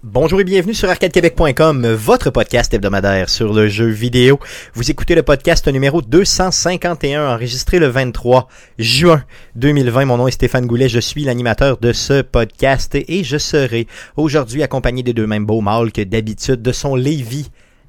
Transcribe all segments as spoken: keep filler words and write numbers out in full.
Bonjour et bienvenue sur arcade québec point com, votre podcast hebdomadaire sur le jeu vidéo. Vous écoutez le podcast numéro deux cent cinquante et un, enregistré le vingt-trois juin deux mille vingt. Mon nom est Stéphane Goulet, je suis l'animateur de ce podcast et je serai aujourd'hui accompagné des deux mêmes beaux mâles que d'habitude de son Lévis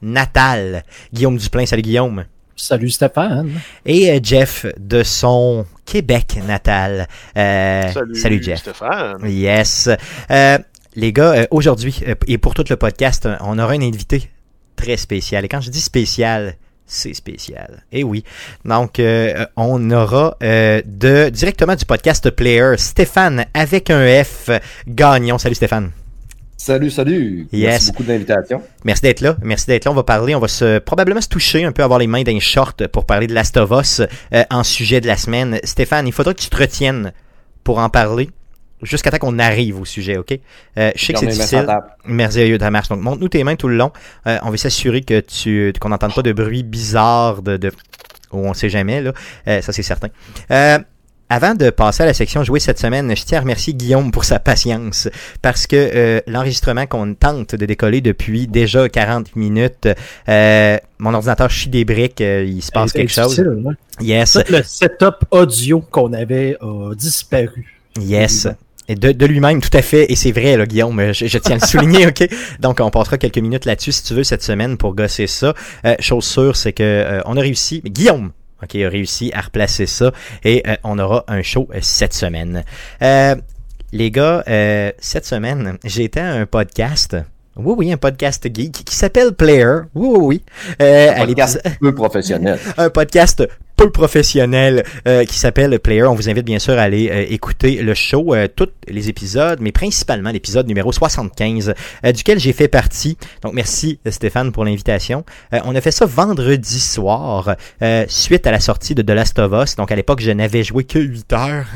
natal. Guillaume Duplain, salut Guillaume. Salut Stéphane. Et euh, Jeff de son Québec natal. Euh, salut, salut Jeff. Stéphane. Yes. Euh, Les gars, euh, aujourd'hui, euh, et pour tout le podcast, euh, on aura un invité très spécial. Et quand je dis spécial, c'est spécial. Et oui. Donc, euh, on aura euh, de directement du podcast Player, Stéphane avec un F Gagnon. Salut Stéphane. Salut, salut. Yes. Merci beaucoup de l'invitation. Merci d'être là. Merci d'être là. On va parler, on va se probablement se toucher un peu, avoir les mains d'un short pour parler de Last of Us euh, en sujet de la semaine. Stéphane, il faudra que tu te retiennes pour en parler. Jusqu'à temps qu'on arrive au sujet, OK? Euh, je sais que c'est difficile. Merveilleux, ta marche. Donc, montre-nous tes mains tout le long. Euh, on veut s'assurer que tu qu'on n'entende pas de bruit bizarre de, de... Oh, on ne sait jamais, là. Euh, ça, c'est certain. Euh, avant de passer à la section jouer cette semaine, je tiens à remercier Guillaume pour sa patience. Parce que euh, l'enregistrement qu'on tente de décoller depuis déjà quarante minutes, euh, mon ordinateur chie des briques, euh, il se passe quelque chose. Ouais. Yes. Tout le setup audio qu'on avait a disparu. Yes. Et de, de lui-même, tout à fait, et c'est vrai, là, Guillaume, je, je tiens à le souligner, OK? Donc, on passera quelques minutes là-dessus, si tu veux, cette semaine, pour gosser ça. Euh, chose sûre, c'est que euh, on a réussi, Guillaume, OK, a réussi à replacer ça, et euh, on aura un show euh, cette semaine. Euh, les gars, euh, cette semaine, j'ai été à un podcast... Oui, oui, un podcast geek qui s'appelle Player. Oui, oui, oui. Euh, un podcast peu professionnel. Un podcast peu professionnel euh, qui s'appelle Player. On vous invite bien sûr à aller euh, écouter le show, euh, tous les épisodes, mais principalement l'épisode numéro soixante-quinze, euh, duquel j'ai fait partie. Donc, merci Stéphane pour l'invitation. Euh, on a fait ça vendredi soir, euh, suite à la sortie de The Last of Us. Donc, à l'époque, je n'avais joué que huit heures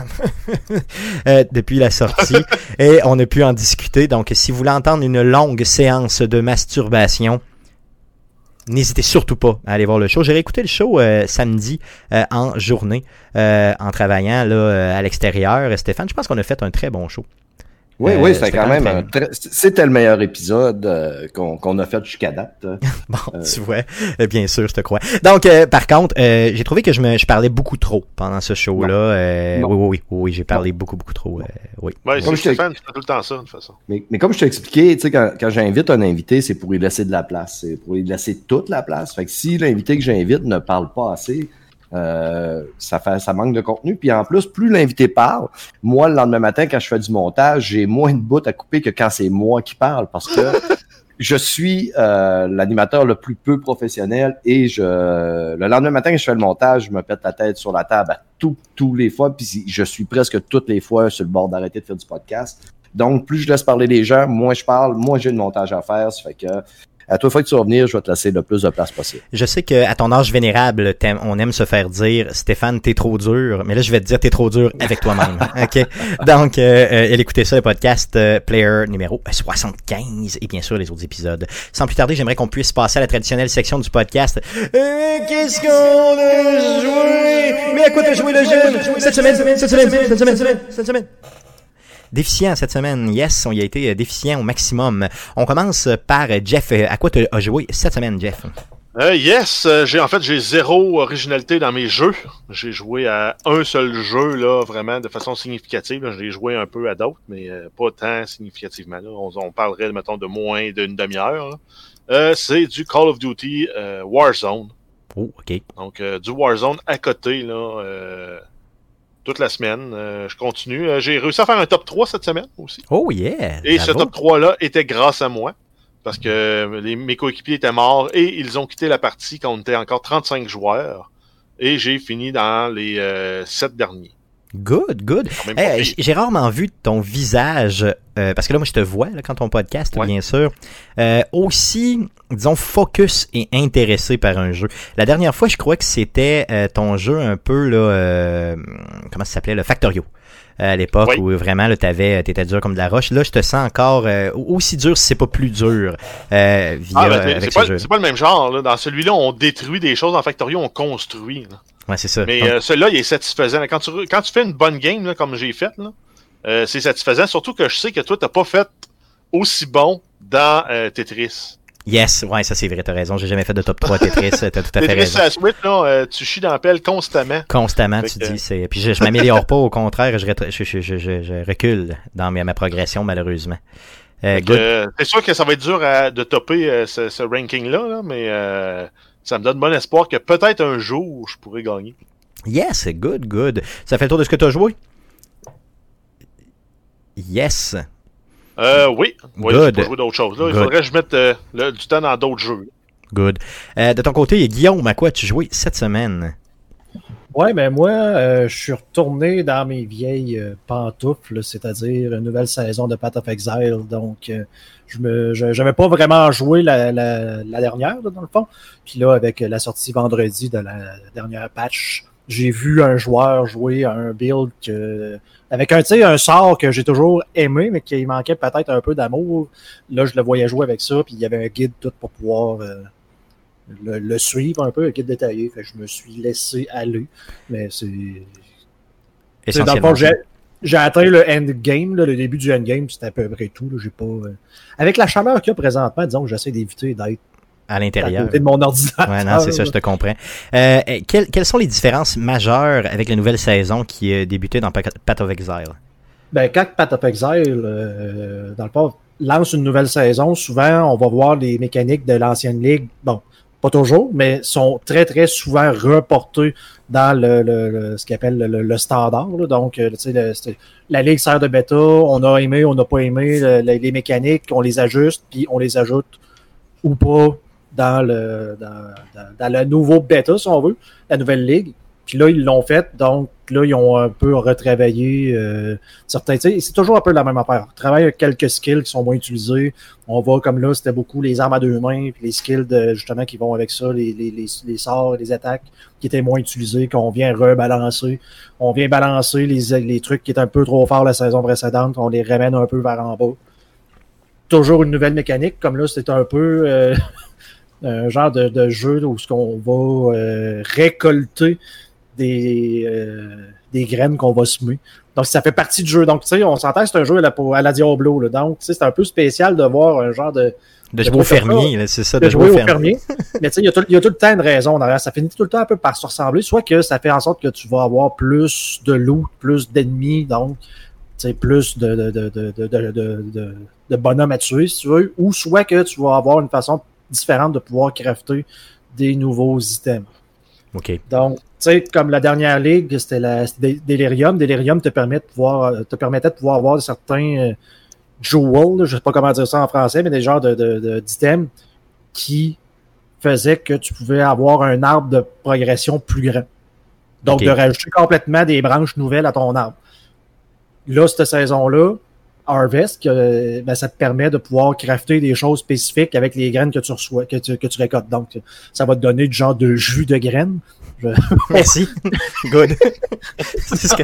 euh, depuis la sortie et on a pu en discuter. Donc, si vous voulez entendre une longue séance de masturbation, n'hésitez surtout pas à aller voir le show. J'ai réécouté le show euh, samedi euh, en journée euh, en travaillant là, euh, à l'extérieur. Stéphane, je pense qu'on a fait un très bon show. Oui, euh, oui, c'est quand même un très... très... C'était le meilleur épisode euh, qu'on, qu'on a fait jusqu'à date. Bon, euh... tu vois, bien sûr, je te crois. Donc, euh, par contre, euh, j'ai trouvé que je me je parlais beaucoup trop pendant ce show-là. Euh, oui, oui, oui, oui, j'ai parlé non. beaucoup, beaucoup trop. Euh, oui. Ouais, c'est Stéphane, tu fais tout le temps ça, de toute façon. Mais, mais comme je t'ai expliqué, tu sais, quand, quand j'invite un invité, c'est pour lui laisser de la place. C'est pour lui laisser toute la place. Fait que si l'invité que j'invite ne parle pas assez... Euh, ça fait ça manque de contenu, puis en plus plus l'invité parle, moi le lendemain matin quand je fais du montage, j'ai moins de bouts à couper que quand c'est moi qui parle, parce que je suis euh, l'animateur le plus peu professionnel et je le lendemain matin quand je fais le montage, je me pète la tête sur la table à tout, tous les fois, puis je suis presque toutes les fois sur le bord d'arrêter de faire du podcast. Donc plus je laisse parler les gens, moins je parle, moins j'ai de montage à faire, ça fait que à toi, fois que tu vas venir, je vais te laisser le plus de place possible. Je sais qu'à ton âge vénérable, on aime se faire dire « Stéphane, t'es trop dur », mais là, je vais te dire « T'es trop dur avec toi-même ». OK? Donc, euh, euh, écoutez ça, le podcast euh, Player numéro soixante-quinze et bien sûr les autres épisodes. Sans plus tarder, j'aimerais qu'on puisse passer à la traditionnelle section du podcast. Euh, qu'est-ce qu'on a joué? Mais à quoi t'as joué le jeune? Cette semaine, cette semaine, cette semaine, cette semaine, cette semaine. Déficient cette semaine, yes, on y a été déficient au maximum. On commence par Jeff. À quoi tu as joué cette semaine, Jeff? Euh, yes, euh, j'ai en fait j'ai zéro originalité dans mes jeux. J'ai joué à un seul jeu là, vraiment de façon significative. Là. J'ai joué un peu à d'autres, mais euh, pas tant significativement. Là. On, on parlerait mettons de moins d'une demi-heure. Là. Euh, c'est du Call of Duty euh, Warzone. Oh, ok. Donc euh, du Warzone à côté là. Euh, toute la semaine. Euh, je continue. Euh, j'ai réussi à faire un top trois cette semaine aussi. Oh yeah! Et bravo. Ce top trois-là était grâce à moi. Parce que les, mes coéquipiers étaient morts et ils ont quitté la partie quand on était encore trente-cinq joueurs. Et j'ai fini dans les euh, sept derniers. Good, good. Hey, j'ai rarement vu ton visage, euh, parce que là, moi, je te vois là, quand ton podcast, ouais. bien sûr, euh, aussi, disons, focus et intéressé par un jeu. La dernière fois, je crois que c'était euh, ton jeu un peu, là, euh, comment ça s'appelait, le Factorio. À l'époque oui. où vraiment là, t'avais, t'étais dur comme de la roche. Là, je te sens encore euh, aussi dur si c'est pas plus dur euh, via ah, ben, avec c'est, ce pas, jeu. C'est pas le même genre. Là. Dans celui-là, on détruit des choses. En Factorio, on construit. Là. Ouais, c'est ça. Mais Donc... euh, celui-là, il est satisfaisant. Quand tu, quand tu fais une bonne game, là, comme j'ai fait, là, euh, c'est satisfaisant. Surtout que je sais que toi, t'as pas fait aussi bon dans euh, Tetris. Yes, ouais, ça c'est vrai, t'as raison. J'ai jamais fait de top trois Tetris, t'as tout à fait Tetris raison. à la Switch, là, euh, tu chies dans la pelle constamment. Constamment, Fait tu que- dis. C'est... Puis je, je m'améliore pas, au contraire, je, rétro- je, je, je, je, je recule dans ma, ma progression, malheureusement. Euh, Fait que, good. euh, c'est sûr que ça va être dur à, de topper euh, ce, ce ranking-là, là, mais euh, ça me donne bon espoir que peut-être un jour, je pourrais gagner. Yes, good, good. Ça fait le tour de ce que t'as joué? Yes. Euh, oui, oui, Good. j'ai pas joué d'autres choses. Là. Il Good. faudrait que je mette euh, le- du temps dans d'autres jeux. Good. Euh, de ton côté, Guillaume, à quoi tu joué cette semaine? Ouais, mais moi, euh, je suis retourné dans mes vieilles euh, pantoufles, c'est-à-dire une nouvelle saison de Path of Exile. Donc, euh, je me, je, j'avais pas vraiment joué la, la, la dernière, là, dans le fond. Puis là, avec la sortie vendredi de la dernière patch, j'ai vu un joueur jouer à un build que, avec un, tu sais, un sort que j'ai toujours aimé, mais qui manquait peut-être un peu d'amour. Là, je le voyais jouer avec ça, puis il y avait un guide tout pour pouvoir euh, le, le suivre un peu, un guide détaillé. Fait que je me suis laissé aller. Mais c'est. c'est dans le fond, j'ai, j'ai atteint le endgame, là, le début du endgame, c'était à peu près tout. Là, j'ai pas, euh... Avec la chaleur qu'il y a présentement, disons que j'essaie d'éviter d'être À à l'intérieur. côté de mon ordinateur. Ouais, non, c'est ça, je te comprends. Euh, quelles, quelles sont les différences majeures avec la nouvelle saison qui a débuté dans Path of Exile? Ben, quand Path of Exile, euh, dans le fond, lance une nouvelle saison, souvent, on va voir les mécaniques de l'ancienne ligue. Bon, pas toujours, mais sont très, très souvent reportées dans le, le, le ce qu'ils appelle le, le, le standard. Là. Donc, tu sais, le, la ligue sert de bêta, on a aimé, on n'a pas aimé le, le, les mécaniques, on les ajuste, puis on les ajoute ou pas dans le dans, dans, dans le nouveau bêta, si on veut, la nouvelle ligue. Puis là, ils l'ont fait, donc là, ils ont un peu retravaillé euh, certains. Tu sais, c'est toujours un peu la même affaire. On travaille avec quelques skills qui sont moins utilisés. On va, comme là, c'était beaucoup les armes à deux mains, puis les skills de, justement qui vont avec ça, les, les, les, les sorts, les attaques qui étaient moins utilisés, qu'on vient rebalancer. On vient balancer les, les trucs qui étaient un peu trop forts la saison précédente, on les ramène un peu vers en bas. Toujours une nouvelle mécanique, comme là, c'était un peu euh, un genre de, de jeu où ce qu'on va euh, récolter des, euh, des graines qu'on va semer. Donc, ça fait partie du jeu. Donc, tu sais, on s'entend que c'est un jeu à la, à la Diablo. Là. Donc, tu sais, c'est un peu spécial de voir un genre de... De jouer au fermier, là, c'est ça, de, de jouer, jouer au fermier. fermier. Mais tu sais, il y, y a tout le temps une raison derrière. Ça finit tout le temps un peu par se ressembler. Soit que ça fait en sorte que tu vas avoir plus de loot, plus d'ennemis, donc, tu sais, plus de, de, de, de, de, de, de, de, de bonhommes à tuer, si tu veux. Ou soit que tu vas avoir une façon différente de pouvoir crafter des nouveaux items. OK. Donc, tu sais, comme la dernière ligue, c'était la c'était Delirium. Delirium te permet de pouvoir, te permettait de pouvoir avoir certains euh, jewels, je sais pas comment dire ça en français, mais des genres de, de, de, d'items qui faisaient que tu pouvais avoir un arbre de progression plus grand. Donc, okay. de rajouter complètement des branches nouvelles à ton arbre. Là, cette saison-là, Harvest, que, ben, ça te permet de pouvoir crafter des choses spécifiques avec les graines que tu reçois, que tu, que tu récoltes. Donc, ça va te donner du genre de jus de graines. Je... Merci. Good. C'est ce que...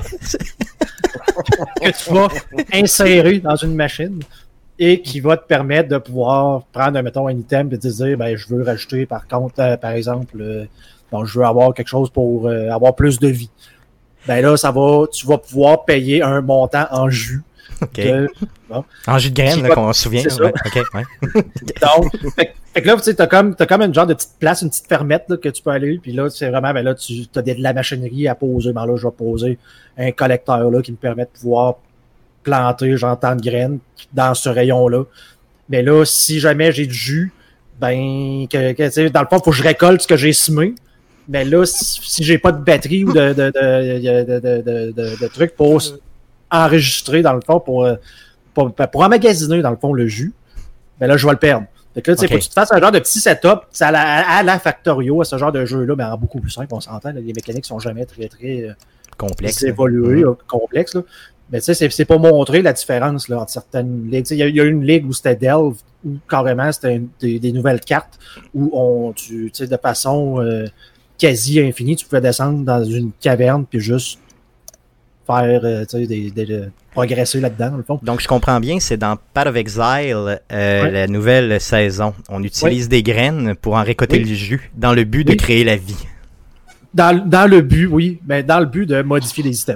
que tu vas insérer dans une machine et qui va te permettre de pouvoir prendre, mettons, un item et te dire, ben, je veux rajouter, par contre, euh, par exemple, euh, bon, je veux avoir quelque chose pour euh, avoir plus de vie. Ben là, ça va, tu vas pouvoir payer un montant en jus. Okay. De, bon, en jus de graines, là, qu'on se souvient. C'est ouais. ça. Okay, ouais. Donc, fait, fait que là, tu sais, t'as comme, t'as comme une genre de petite place, une petite fermette là, que tu peux aller. Puis là, c'est vraiment, ben là, tu as de la machinerie à poser. Ben là, je vais poser un collecteur là qui me permet de pouvoir planter, genre, tant de graines dans ce rayon-là. Mais là, si jamais j'ai du jus, ben, que, que tu sais, dans le fond, il faut que je récolte ce que j'ai semé. Mais là, si, si j'ai pas de batterie ou de, de, de, de, de, de, de, de trucs pour enregistrer, dans le fond, pour, pour, pour emmagasiner, dans le fond, le jus, ben là, je vais le perdre. Fait que là, tu sais, okay. Faut que tu te fasses un genre de petit setup à la, à la Factorio, à ce genre de jeu-là, mais en beaucoup plus simple, on s'entend. Là, les mécaniques sont jamais très, très complexes, évoluées, mmh. complexes. Là. Mais tu sais, c'est, c'est pas montrer la différence là, entre certaines ligues. Il y, y a une ligue où c'était Delve, où carrément c'était une, des, des nouvelles cartes, où on, tu sais, de façon euh, quasi infinie, tu pouvais descendre dans une caverne puis juste faire, euh, tu sais, des, des, des, progresser là-dedans, dans le fond. Donc, je comprends bien, c'est dans Path of Exile, euh, ouais. la nouvelle saison. On utilise ouais. des graines pour en récolter oui. le jus, dans le but oui. de créer la vie. Dans, dans le but, oui, mais dans le but de modifier les items.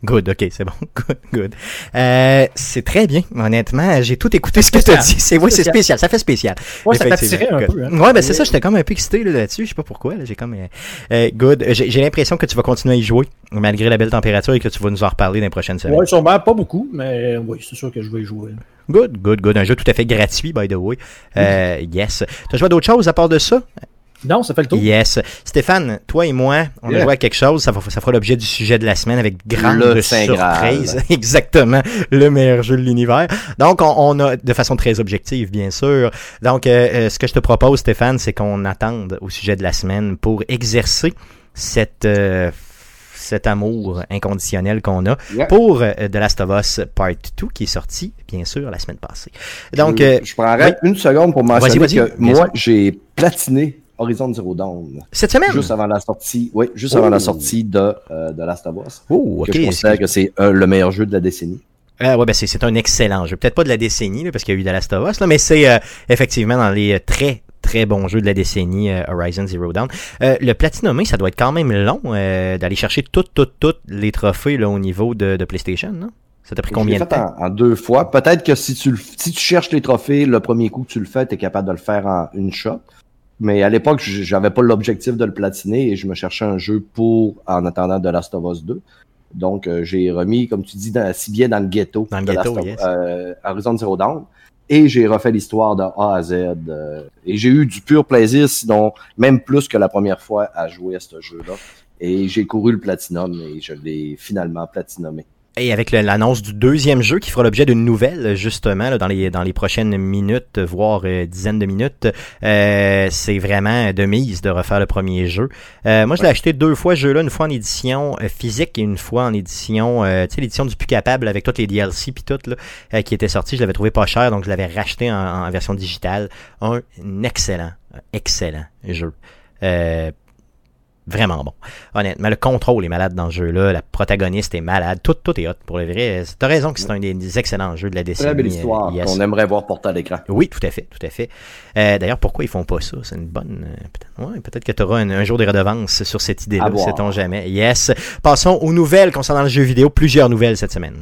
Good, ok, c'est bon. Good, good. Euh, c'est très bien, honnêtement. J'ai tout écouté ce que tu as dit. C'est, ouais, c'est spécial, ça fait spécial. Ouais, ça t'attirait un peu. Hein. Ouais, ben c'est ça, j'étais comme un peu excité là, là-dessus. Je sais pas pourquoi. Là, j'ai comme. Euh, euh, good. J'ai, j'ai l'impression que tu vas continuer à y jouer, malgré la belle température, et que tu vas nous en reparler dans les prochaines semaines. Ouais, sûrement pas beaucoup, mais oui, c'est sûr que je vais y jouer. Good, good, good. Un jeu tout à fait gratuit, by the way. Euh, yes. T'as joué à d'autres choses à part de ça? Non, ça fait le tour. Yes. Stéphane, toi et moi, on yeah. a joué à quelque chose. Ça, va, ça fera l'objet du sujet de la semaine avec grande le surprise. Exactement. Le meilleur jeu de l'univers. Donc, on, on a, de façon très objective, bien sûr. Donc, euh, ce que je te propose, Stéphane, c'est qu'on attende au sujet de la semaine pour exercer cette... Euh, cet amour inconditionnel qu'on a yeah. pour euh, The Last of Us Part deux qui est sorti, bien sûr, la semaine passée. Donc, je, euh, je prendrais oui. une seconde pour mentionner vas-y, vas-y, que moi, sûr. j'ai platiné Horizon Zero Dawn. Cette semaine? Juste avant la sortie, oui, juste oh. avant la sortie de euh, The Last of Us. Oh, ok. Que je considère que c'est euh, le meilleur jeu de la décennie. Euh, ouais, ben c'est, c'est un excellent jeu. Peut-être pas de la décennie, là, parce qu'il y a eu The Last of Us, là, mais c'est euh, effectivement dans les euh, très très bon jeu de la décennie, euh, Horizon Zero Dawn. Euh, le platinomé, ça doit être quand même long euh, d'aller chercher toutes, toutes, toutes les trophées là, au niveau de, de PlayStation, non? Ça t'a pris combien de temps? En, en deux fois. Peut-être que si tu, si tu cherches les trophées, le premier coup que tu le fais, tu es capable de le faire en une shot. Mais à l'époque, j'avais pas l'objectif de le platiner et je me cherchais un jeu pour, en attendant The Last of Us deux. Donc, euh, j'ai remis, comme tu dis, dans, si bien dans le ghetto. Dans le ghetto, yes. euh, Horizon Zero Dawn. Et j'ai refait l'histoire de A à Z. Euh, et j'ai eu du pur plaisir, sinon même plus que la première fois à jouer à ce jeu-là. Et j'ai couru le platinum et je l'ai finalement platinomé. Et avec le, l'annonce du deuxième jeu qui fera l'objet d'une nouvelle, justement, là, dans les dans les prochaines minutes, voire euh, dizaines de minutes, euh, c'est vraiment de mise de refaire le premier jeu. Euh, moi, je l'ai ouais. acheté deux fois, ce jeu-là, une fois en édition euh, physique et une fois en édition, euh, tu sais, l'édition du plus capable avec toutes les D L C puis tout, là, euh, qui était sorti. Je l'avais trouvé pas cher, donc je l'avais racheté en, en version digitale. Un excellent, excellent jeu. Euh, Vraiment bon. Honnêtement, le contrôle est malade dans ce jeu-là. La protagoniste est malade. Tout, tout est hot pour le vrai. T'as raison que c'est un des, des excellents jeux de la décennie. Très belle histoire euh, yes. qu'on aimerait voir porter à l'écran. Oui, tout à fait, tout à fait. Euh, d'ailleurs, pourquoi ils font pas ça? C'est une bonne... Euh, peut-être, ouais, peut-être que tu auras un, un jour des redevances sur cette idée-là. Sait-on jamais. Yes. Passons aux nouvelles concernant le jeu vidéo. Plusieurs nouvelles cette semaine.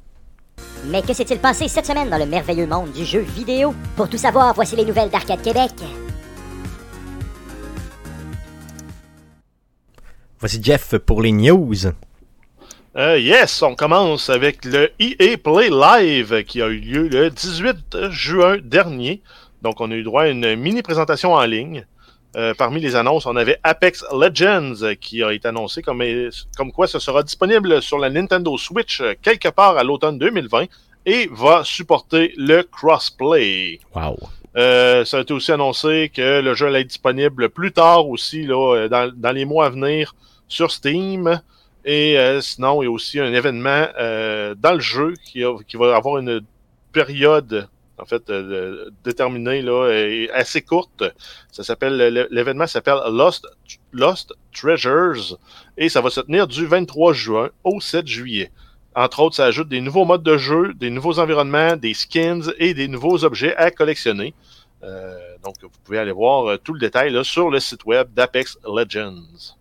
Mais que s'est-il passé cette semaine dans le merveilleux monde du jeu vidéo? Pour tout savoir, voici les nouvelles d'Arcade Québec. Voici Jeff pour les news. Euh, yes, on commence avec le E A Play Live qui a eu lieu le dix-huit juin dernier. Donc, on a eu droit à une mini-présentation en ligne. Euh, parmi les annonces, on avait Apex Legends qui a été annoncé comme, comme quoi ce sera disponible sur la Nintendo Switch quelque part à l'automne deux mille vingt et va supporter le crossplay. Wow. Euh, ça a été aussi annoncé que le jeu allait être disponible plus tard aussi, là, dans, dans les mois à venir sur Steam. Et euh, sinon, il y a aussi un événement euh, dans le jeu qui, a, qui va avoir une période en fait euh, déterminée là, et assez courte. Ça s'appelle l'événement s'appelle Lost, Lost Treasures et ça va se tenir du vingt-trois juin au sept juillet. Entre autres, ça ajoute des nouveaux modes de jeu, des nouveaux environnements, des skins et des nouveaux objets à collectionner. Euh, donc, vous pouvez aller voir euh, tout le détail là, sur le site web d'Apex Legends.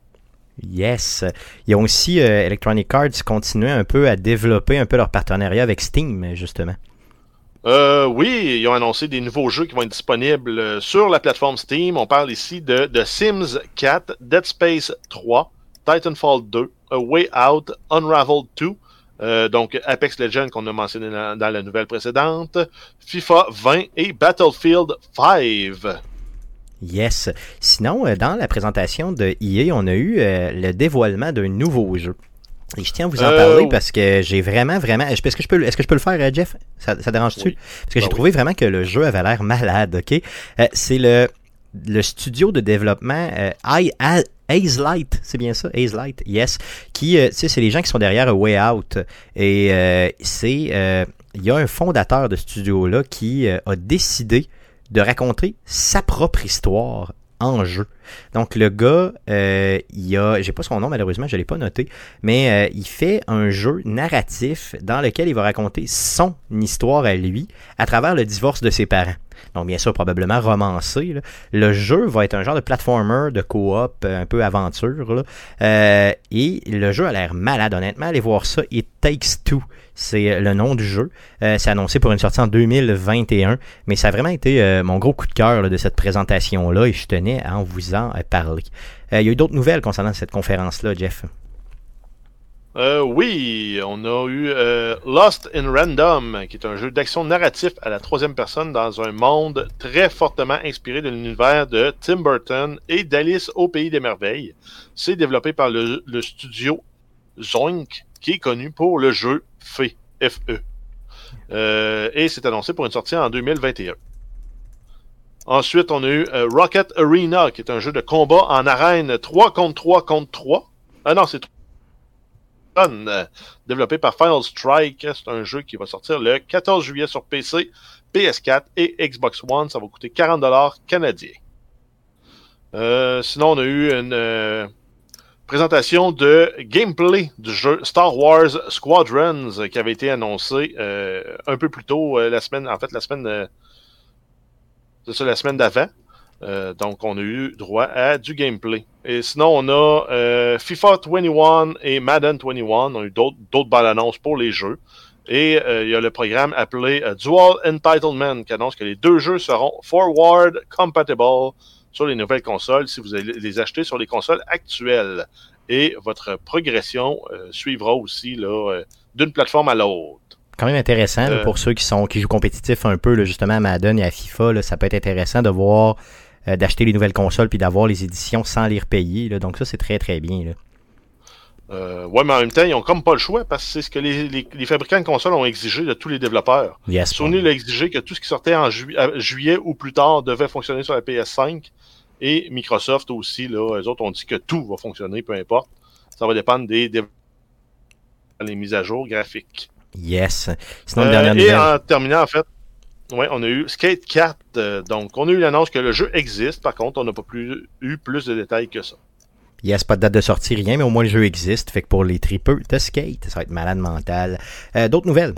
Yes. Ils ont aussi, euh, Electronic Arts, continué un peu à développer un peu leur partenariat avec Steam, justement. Euh, oui, ils ont annoncé des nouveaux jeux qui vont être disponibles sur la plateforme Steam. On parle ici de, de Sims quatre, Dead Space trois, Titanfall deux, A Way Out, Unravel deux, Euh, donc, Apex Legends qu'on a mentionné dans, dans la nouvelle précédente, FIFA vingt et Battlefield cinq. Yes. Sinon, euh, dans la présentation de E A, on a eu euh, le dévoilement d'un nouveau jeu. Et je tiens à vous en euh, parler parce que j'ai vraiment, vraiment... Est-ce que je peux, est-ce que je peux le faire, Jeff? Ça, ça dérange-tu? Oui. Parce que ben j'ai oui. trouvé vraiment que le jeu avait l'air malade, OK? Euh, c'est le, le studio de développement euh, I, I, Hazelight, c'est bien ça, Hazelight, yes, qui, euh, tu sais, c'est les gens qui sont derrière A Way Out, et euh, c'est, euh, il y a un fondateur de ce studio-là qui euh, a décidé de raconter sa propre histoire en jeu. Donc le gars, euh, il a, j'ai pas son nom malheureusement, je l'ai pas noté, mais euh, il fait un jeu narratif dans lequel il va raconter son histoire à lui à travers le divorce de ses parents. donc bien sûr probablement romancé. Là. Le jeu va être un genre de platformer, de coop, un peu aventure. Là. Euh, et le jeu a l'air malade, honnêtement. Allez voir ça, It Takes Two. C'est le nom du jeu. Euh, c'est annoncé pour une sortie en deux mille vingt et un, mais ça a vraiment été euh, mon gros coup de cœur là, de cette présentation-là et je tenais à en vous en parler. Euh, il y a eu d'autres nouvelles concernant cette conférence-là, Jeff? Euh, oui, on a eu euh, Lost in Random, qui est un jeu d'action narratif à la troisième personne dans un monde très fortement inspiré de l'univers de Tim Burton et d'Alice au Pays des Merveilles. C'est développé par le, le studio Zoink, qui est connu pour le jeu F E. F E. Euh, et c'est annoncé pour une sortie en deux mille vingt et un. Ensuite, on a eu euh, Rocket Arena, qui est un jeu de combat en arène trois contre trois contre trois. Ah non, c'est Euh, développé par Final Strike. C'est un jeu qui va sortir le quatorze juillet sur P C, P S quatre et Xbox One. Ça va coûter quarante dollars canadiens. Euh, sinon, on a eu une euh, présentation de gameplay du jeu Star Wars Squadrons qui avait été annoncé euh, un peu plus tôt euh, la semaine, en fait la semaine euh, c'est ça, la semaine d'avant. Euh, donc, on a eu droit à du gameplay. Et sinon, on a euh, FIFA vingt et un et Madden vingt et un. On a eu d'autres, d'autres balles annonces pour les jeux. Et euh, il y a le programme appelé euh, Dual Entitlement qui annonce que les deux jeux seront forward compatible sur les nouvelles consoles si vous allez les acheter sur les consoles actuelles. Et votre progression euh, suivra aussi là, euh, d'une plateforme à l'autre. Quand même intéressant euh, là, pour ceux qui sont qui jouent compétitif un peu là, justement à Madden et à FIFA, là, ça peut être intéressant de voir euh, d'acheter les nouvelles consoles puis d'avoir les éditions sans les repayer. Là. Donc ça c'est très très bien. Là. Euh, ouais, mais en même temps, ils ont comme pas le choix parce que c'est ce que les, les, les fabricants de consoles ont exigé de tous les développeurs. Yes, Sony l'a exigé que tout ce qui sortait en ju- juillet ou plus tard devait fonctionner sur la P S cinq et Microsoft aussi, là, eux autres ont dit que tout va fonctionner, peu importe. Ça va dépendre des, des les mises à jour graphiques. Yes. Sinon, euh, dernière et nouvelle. en terminant, en fait, ouais, on a eu Skate quatre. Euh, donc, on a eu l'annonce que le jeu existe. Par contre, on n'a pas plus, eu plus de détails que ça. Yes, pas de date de sortie, rien, mais au moins le jeu existe. Fait que pour les tripeux de Skate, ça va être malade mental. Euh, d'autres nouvelles?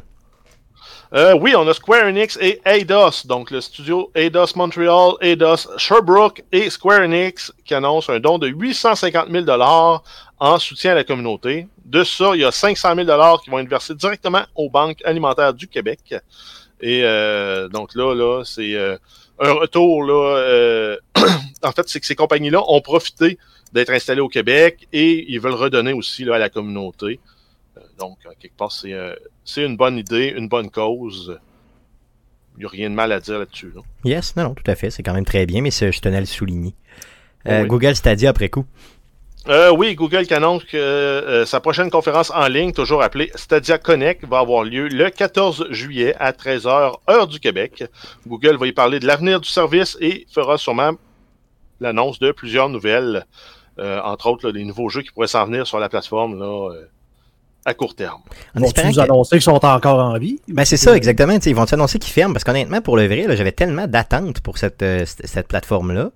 Euh, oui, on a Square Enix et Eidos, donc le studio Eidos Montreal, Eidos Sherbrooke et Square Enix qui annoncent un don de huit cent cinquante mille dollars en soutien à la communauté. De ça, il y a cinq cent mille dollars qui vont être versés directement aux banques alimentaires du Québec. Et euh, donc là, là, c'est euh, un retour là. Euh, en fait, c'est que ces compagnies-là ont profité d'être installées au Québec et ils veulent redonner aussi là, à la communauté. Donc, quelque part, c'est, euh, c'est une bonne idée, une bonne cause. Il n'y a rien de mal à dire là-dessus. Là. Yes, non, non, tout à fait. C'est quand même très bien, mais c'est, je tenais à le souligner. Euh, oui. Google Stadia après coup. Euh, oui, Google qui annonce que euh, sa prochaine conférence en ligne, toujours appelée Stadia Connect, va avoir lieu le quatorze juillet à treize heures, heure du Québec. Google va y parler de l'avenir du service et fera sûrement l'annonce de plusieurs nouvelles, euh, entre autres là, les nouveaux jeux qui pourraient s'en venir sur la plateforme là, euh, à court terme. En Vont-tu nous que... annoncer qu'ils sont encore en vie? Ben c'est ça, exactement. T'sais, ils vont annoncer qu'ils ferment? Parce qu'honnêtement, pour le vrai, là, j'avais tellement d'attentes pour cette, euh, cette plateforme-là.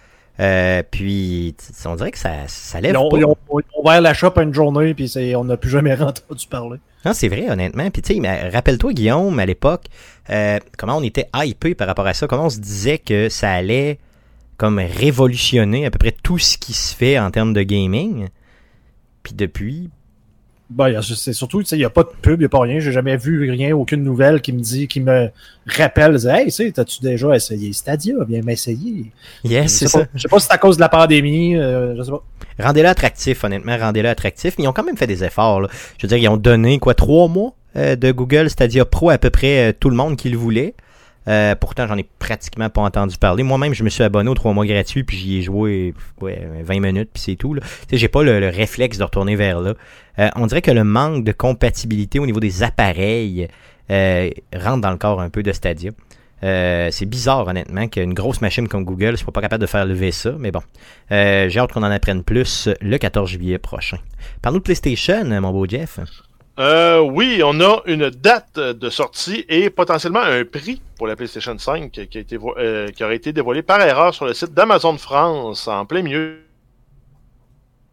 Euh, puis, on dirait que ça, ça lève ils ont, pas. Ils ont, ils ont ouvert la shop une journée, puis c'est, on n'a plus jamais entendu parler. Non, c'est vrai, honnêtement. Puis, tu sais, rappelle-toi, Guillaume, à l'époque, euh, comment on était hypé par rapport à ça, comment on se disait que ça allait comme révolutionner à peu près tout ce qui se fait en termes de gaming. Puis depuis... Ben, c'est surtout, il n'y a pas de pub, il n'y a pas rien. J'ai jamais vu rien, aucune nouvelle qui me dit, qui me rappelle, hey, tu sais, t'as-tu déjà essayé Stadia? Viens m'essayer. Yes, c'est ça. Je sais pas si c'est à cause de la pandémie, euh, je sais pas. Rendez-le attractif, honnêtement, rendez-le attractif. Mais ils ont quand même fait des efforts, là. Je veux dire, ils ont donné, quoi, trois mois euh, de Google Stadia Pro à peu près euh, tout le monde qui le voulait. Euh, pourtant, j'en ai pratiquement pas entendu parler. Moi-même, je me suis abonné aux trois mois gratuits, puis j'y ai joué ouais, vingt minutes, puis c'est tout. Là. Tu sais, j'ai pas le, le réflexe de retourner vers là. Euh, on dirait que le manque de compatibilité au niveau des appareils euh, rentre dans le corps un peu de Stadia. Euh, c'est bizarre, honnêtement, qu'une grosse machine comme Google soit pas capable de faire lever ça, mais bon. Euh, j'ai hâte qu'on en apprenne plus le quatorze juillet prochain. Parle-nous de PlayStation, mon beau Jeff. Euh, oui, on a une date de sortie et potentiellement un prix pour la PlayStation cinq qui, a été, euh, qui aurait été dévoilé par erreur sur le site d'Amazon France en plein milieu.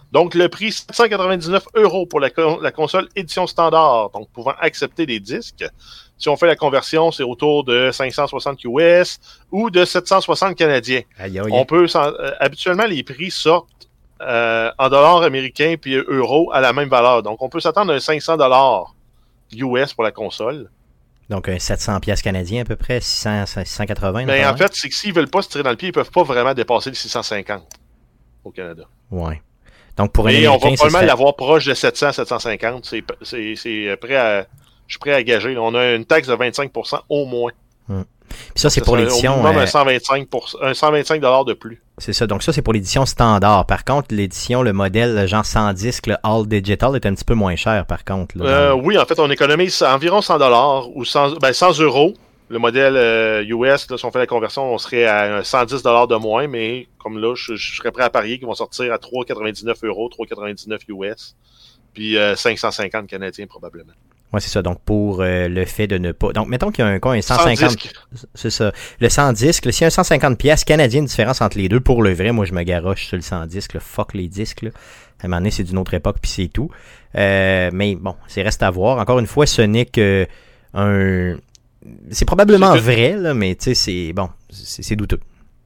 Donc, le prix, sept cent quatre-vingt-dix-neuf euros pour la, con- la console édition standard, donc pouvant accepter des disques. Si on fait la conversion, c'est autour de cinq cent soixante U S ou de sept cent soixante canadiens. Aïe, aïe. On peut, s'en- euh, habituellement, les prix sortent euh, en dollars américains puis euros à la même valeur. Donc, on peut s'attendre à un cinq cents dollars U S pour la console. Donc, un sept cents piastres canadiens à peu près, six cents, six cent quatre-vingts. Mais là, en fait, c'est que s'ils veulent pas se tirer dans le pied, ils peuvent pas vraiment dépasser les six cent cinquante au Canada. Ouais. Donc, pour un Et on va Américain, ça probablement serait... l'avoir proche de sept cents, sept cent cinquante. C'est, c'est, c'est prêt à, je suis prêt à gager. On a une taxe de vingt-cinq pour cent au moins. Hum. Puis ça, c'est Ça pour serait l'édition... Au minimum, euh, un cent vingt-cinq pour cent, un cent vingt-cinq dollars de plus. C'est ça. Donc ça, c'est pour l'édition standard. Par contre, l'édition, le modèle genre sans disque, le All Digital, est un petit peu moins cher, par contre. Là, Euh, dans- oui, en fait, on économise environ cent dollars ou cent, ben cent euros. Le modèle euh, U S, là, si on fait la conversion, on serait à cent dix dollars de moins, mais comme là, je, je serais prêt à parier qu'ils vont sortir à trois quatre-vingt-dix-neuf euros, trois quatre-vingt-dix-neuf U S, puis euh, cinq cent cinquante canadiens probablement. Ouais, c'est ça. Donc, pour euh, le fait de ne pas... Donc, mettons qu'il y a un, quoi, un cent Sans cinquante... disque. C'est ça. Le cent disque, s'il y a un cent cinquante piastres canadien de différence entre les deux, pour le vrai, moi, je me garoche sur le cent disque. Là, fuck les disques. Là. À un moment donné, c'est d'une autre époque, puis c'est tout. Euh, mais bon, c'est reste à voir. Encore une fois, ce n'est que un... C'est probablement C'est que- vrai, là, mais tu sais, c'est... Bon, c'est, c'est douteux.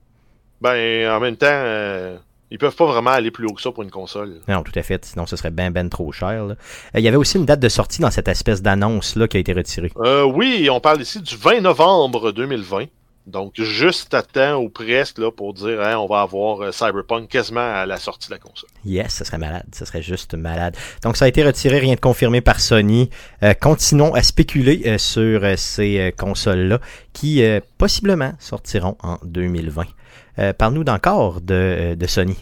Ben, en même temps, euh, ils peuvent pas vraiment aller plus haut que ça pour une console. Non, tout à fait. Sinon, ce serait ben, ben trop cher. Là. Euh, il y avait aussi une date de sortie dans cette espèce d'annonce-là qui a été retirée. Euh, oui, on parle ici du vingt novembre deux mille vingt. Donc, juste à temps ou presque là, pour dire hein, on va avoir euh, Cyberpunk quasiment à la sortie de la console. Yes, ça serait malade. Ça serait juste malade. Donc, ça a été retiré, rien de confirmé par Sony. Euh, continuons à spéculer euh, sur euh, ces euh, consoles-là qui, euh, possiblement, sortiront en deux mille vingt. Euh, parle-nous d'encore de, euh, de Sony.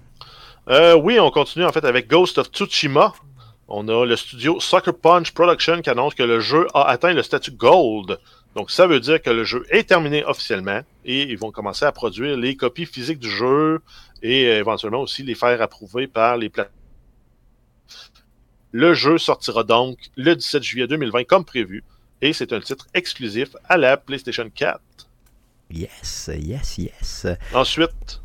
Euh, oui, on continue en fait avec Ghost of Tsushima. On a le studio Sucker Punch Production qui annonce que le jeu a atteint le statut Gold. Donc, ça veut dire que le jeu est terminé officiellement et ils vont commencer à produire les copies physiques du jeu et euh, éventuellement aussi les faire approuver par les plateformes. Le jeu sortira donc le dix-sept juillet deux mille vingt comme prévu et c'est un titre exclusif à la PlayStation quatre. Yes, yes, yes. Ensuite,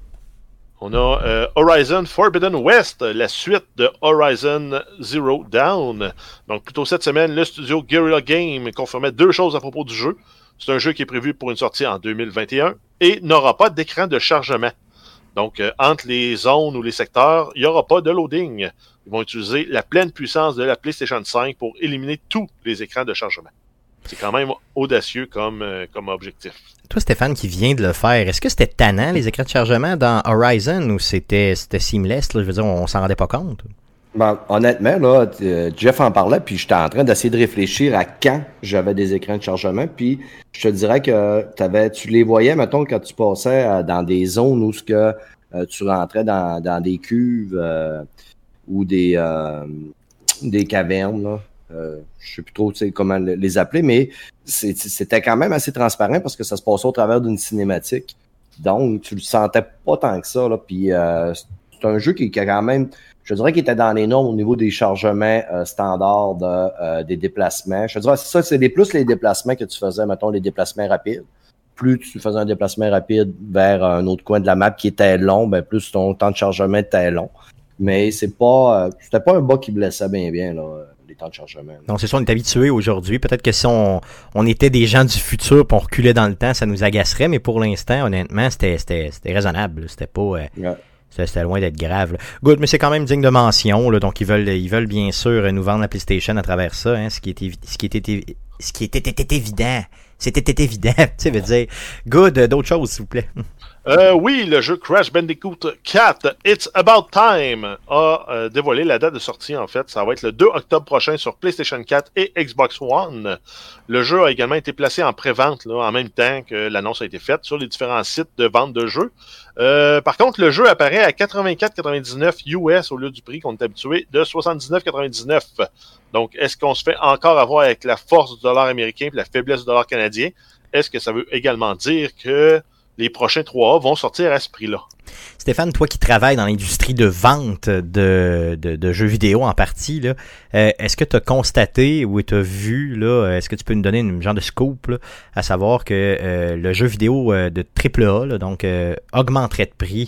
on a euh, Horizon Forbidden West, la suite de Horizon Zero Dawn. Donc, plus tôt cette semaine, le studio Guerrilla Games confirmait deux choses à propos du jeu. C'est un jeu qui est prévu pour une sortie en deux mille vingt et un et n'aura pas d'écran de chargement. Donc, euh, entre les zones ou les secteurs, il n'y aura pas de loading. Ils vont utiliser la pleine puissance de la PlayStation cinq pour éliminer tous les écrans de chargement. C'est quand même audacieux comme, euh, comme objectif. Toi, Stéphane, qui vient de le faire, est-ce que c'était tannant, les écrans de chargement dans Horizon, ou c'était, c'était seamless, là? Je veux dire, on, on s'en rendait pas compte? Ben, honnêtement, là, euh, Jeff en parlait, puis j'étais en train d'essayer de réfléchir à quand j'avais des écrans de chargement, puis je te dirais que t'avais, tu les voyais, mettons, quand tu passais euh, dans des zones où ce que, euh, tu rentrais dans, dans des cuves euh, ou des, euh, des cavernes, là. Euh, je sais plus trop tu sais, comment les appeler, mais c'est, c'était quand même assez transparent parce que ça se passait au travers d'une cinématique. Donc, tu le sentais pas tant que ça. Là. Puis, euh, c'est un jeu qui, qui a quand même, je dirais qu'il était dans les normes au niveau des chargements euh, standards de, euh, des déplacements. Je te dirais, c'est ça, c'est des plus les déplacements que tu faisais, mettons, les déplacements rapides. Plus tu faisais un déplacement rapide vers un autre coin de la map qui était long, ben plus ton temps de chargement était long. Mais c'est pas, euh, c'était pas un bug qui blessait bien bien, là. Les temps de chargement. Non, c'est ça, on est habitué aujourd'hui. Peut-être que si on, on était des gens du futur et on reculait dans le temps, ça nous agacerait, mais pour l'instant, honnêtement, c'était, c'était, c'était raisonnable. C'était pas. Euh, Ouais. c'était, c'était loin d'être grave. Là. Good, mais c'est quand même digne de mention. Là, donc ils veulent, ils veulent bien sûr nous vendre la PlayStation à travers ça, hein, ce qui était, ce qui était, ce qui était, était évident. C'était évident. Tu sais, veut dire. Good, d'autres choses, s'il vous plaît. Euh, oui, le jeu Crash Bandicoot quatre, It's About Time, a euh, dévoilé la date de sortie, en fait. Ça va être le deux octobre prochain sur PlayStation quatre et Xbox One. Le jeu a également été placé en pré-vente là, en même temps que l'annonce a été faite sur les différents sites de vente de jeux. Euh, par contre, le jeu apparaît à quatre-vingt-quatre quatre-vingt-dix-neuf U S au lieu du prix qu'on est habitué de soixante-dix-neuf quatre-vingt-dix-neuf. Donc, est-ce qu'on se fait encore avoir avec la force du dollar américain et la faiblesse du dollar canadien? Est-ce que ça veut également dire que les prochains trois A vont sortir à ce prix-là? Stéphane, toi qui travailles dans l'industrie de vente de, de, de jeux vidéo en partie, là, euh, est-ce que tu as constaté ou tu as vu, là, est-ce que tu peux nous donner une genre de scoop, là, à savoir que euh, le jeu vidéo euh, de triple A, là, donc euh, augmenterait de prix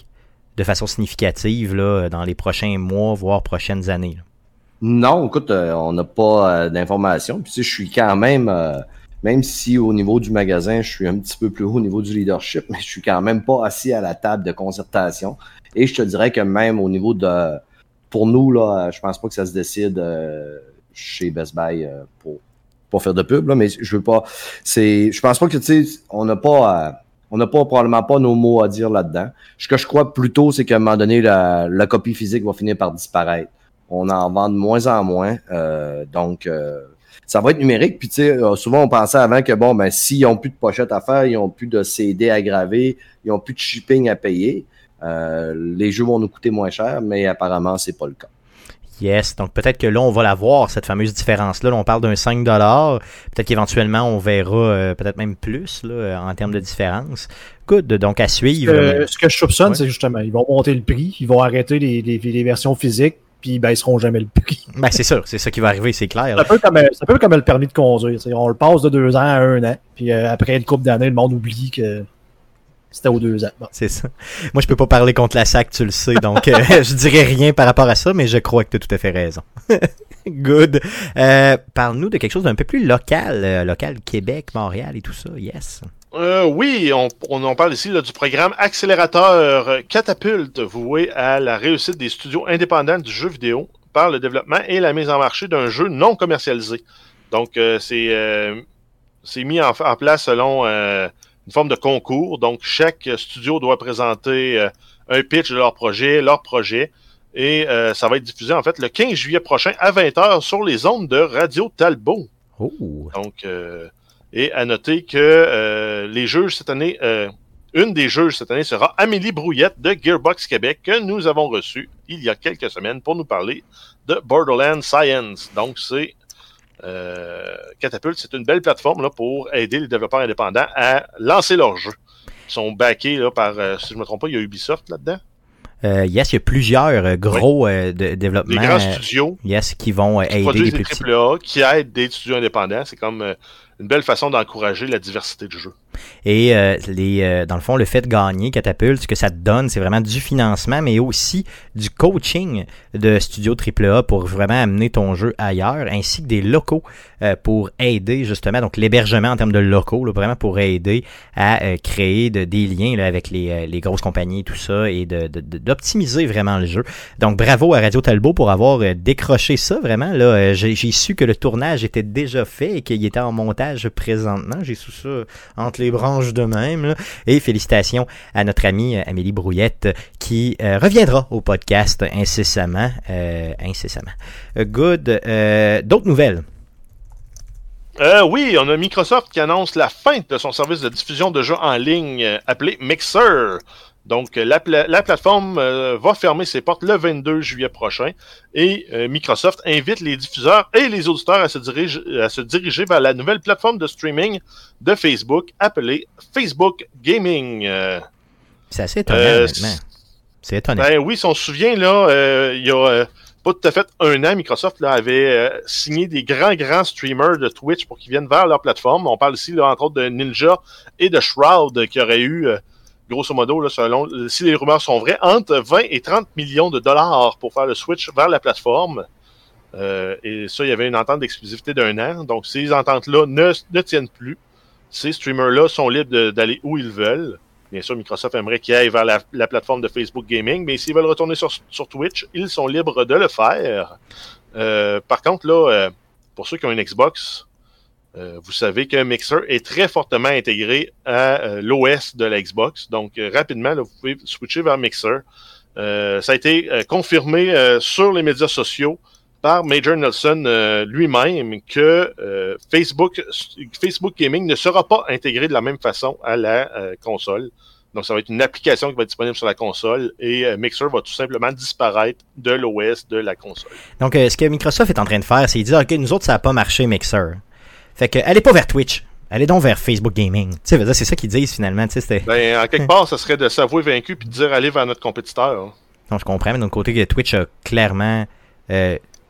de façon significative là, dans les prochains mois, voire prochaines années? Là? Non, écoute, euh, on n'a pas euh, d'informations. Puis tu sais, je suis quand même, euh, même si au niveau du magasin, je suis un petit peu plus haut au niveau du leadership, mais je suis quand même pas assis à la table de concertation. Et je te dirais que même au niveau de, pour nous là, je pense pas que ça se décide euh, chez Best Buy euh, pour pour faire de pub là, mais je veux pas. C'est, je pense pas que tu sais, on n'a pas, euh, on n'a pas probablement pas nos mots à dire là-dedans. Ce que je crois plutôt, c'est qu'à un moment donné, la, la copie physique va finir par disparaître. On en vend de moins en moins, euh, donc euh, ça va être numérique. Puis tu sais, souvent on pensait avant que bon, ben s'ils ont plus de pochettes à faire, ils ont plus de C D à graver, ils ont plus de shipping à payer, euh, les jeux vont nous coûter moins cher, mais apparemment c'est pas le cas. Yes, donc peut-être que là, on va la voir, cette fameuse différence-là. Là, on parle d'un cinq dollars. Peut-être qu'éventuellement, on verra euh, peut-être même plus là, en termes de différence. Good, donc à suivre. Euh, ce que je soupçonne, ouais. c'est justement, ils vont monter le prix, ils vont arrêter les, les, les versions physiques, puis ben, ils seront jamais le prix. Ben, c'est sûr, c'est ça qui va arriver, c'est clair. C'est un peu comme, c'est un peu comme le permis de conduire. T'sais. On le passe de deux ans à un an, puis euh, après une couple d'années, le monde oublie que c'était aux deux ans. Bon. C'est ça. Moi, je peux pas parler contre la S A C, tu le sais, donc euh, je dirais rien par rapport à ça, mais je crois que tu as tout à fait raison. Good. Euh, parle-nous de quelque chose d'un peu plus local, euh, local Québec, Montréal et tout ça. Yes. Euh, oui, on, on en parle ici là, du programme Accélérateur Catapulte, voué à la réussite des studios indépendants du jeu vidéo par le développement et la mise en marché d'un jeu non commercialisé. Donc, euh, c'est, euh, c'est mis en, en place selon euh, une forme de concours. Donc, chaque studio doit présenter euh, un pitch de leur projet, leur projet, et euh, ça va être diffusé en fait le quinze juillet prochain à vingt heures sur les ondes de Radio Talbot. Oh. Donc, euh, et à noter que euh, les juges cette année, euh, une des juges cette année sera Amélie Brouillette de Gearbox Québec, que nous avons reçue il y a quelques semaines pour nous parler de Borderlands Science. Donc, c'est euh, Catapulte, c'est une belle plateforme là, pour aider les développeurs indépendants à lancer leurs jeux. Ils sont backés là, par, euh, si je ne me trompe pas, il y a Ubisoft là-dedans. Euh, yes, il y a plusieurs euh, gros oui. euh, de, développements. Des grands studios. Euh, yes, qui vont euh, qui aider produisent les des plus petits. triple A, qui aident des studios indépendants. C'est comme euh, une belle façon d'encourager la diversité du jeu. Et euh, les, euh, dans le fond, le fait de gagner Catapulte, ce que ça te donne, c'est vraiment du financement, mais aussi du coaching de studios triple A pour vraiment amener ton jeu ailleurs, ainsi que des locaux euh, pour aider justement, donc l'hébergement en termes de locaux, là, vraiment pour aider à euh, créer de, des liens là, avec les, euh, les grosses compagnies et tout ça, et de, de, de, d'optimiser vraiment le jeu. Donc bravo à Radio Talbot pour avoir euh, décroché ça, vraiment. Là, euh, j'ai, j'ai su que le tournage était déjà fait et qu'il était en montage présentement. J'ai su ça entre les branches de même. Là. Et félicitations à notre amie euh, Amélie Brouillette qui euh, reviendra au podcast incessamment. Euh, incessamment. Euh, good. Euh, d'autres nouvelles? Euh, oui, on a Microsoft qui annonce la fin de son service de diffusion de jeux en ligne euh, appelé Mixer. Donc, la, pla- la plateforme euh, va fermer ses portes le vingt-deux juillet prochain et euh, Microsoft invite les diffuseurs et les auditeurs à se, dirige, à se diriger vers la nouvelle plateforme de streaming de Facebook appelée Facebook Gaming. Euh, c'est assez étonnant, euh, honnêtement. C'est étonnant. Ben oui, si on se souvient, là, euh, il y a euh, pas tout à fait un an, Microsoft là, avait euh, signé des grands, grands streamers de Twitch pour qu'ils viennent vers leur plateforme. On parle ici, là, entre autres, de Ninja et de Shroud qui auraient eu... Euh, grosso modo, là, selon, si les rumeurs sont vraies, entre vingt et trente millions de dollars pour faire le switch vers la plateforme. Euh, et ça, il y avait une entente d'exclusivité d'un an. Donc, ces ententes-là ne, ne tiennent plus. Ces streamers-là sont libres de, d'aller où ils veulent. Bien sûr, Microsoft aimerait qu'ils aillent vers la, la plateforme de Facebook Gaming, mais s'ils veulent retourner sur, sur Twitch, ils sont libres de le faire. Euh, par contre, là, euh, pour ceux qui ont une Xbox... Euh, vous savez que Mixer est très fortement intégré à euh, l'O S de la Xbox. Donc, euh, rapidement, là, vous pouvez switcher vers Mixer. Euh, ça a été euh, confirmé euh, sur les médias sociaux par Major Nelson euh, lui-même que euh, Facebook, Facebook Gaming ne sera pas intégré de la même façon à la euh, console. Donc, ça va être une application qui va être disponible sur la console et euh, Mixer va tout simplement disparaître de l'O S de la console. Donc, euh, ce que Microsoft est en train de faire, c'est de dire, OK, nous autres, ça n'a pas marché, Mixer. Fait que, allez pas vers Twitch. Allez donc vers Facebook Gaming. Tu sais, c'est ça qu'ils disent finalement. Tu sais, c'était... Ben, en quelque part, ça serait de s'avouer vaincu puis de dire allez vers notre compétiteur. Non, je comprends, mais d'un côté, Twitch a clairement euh,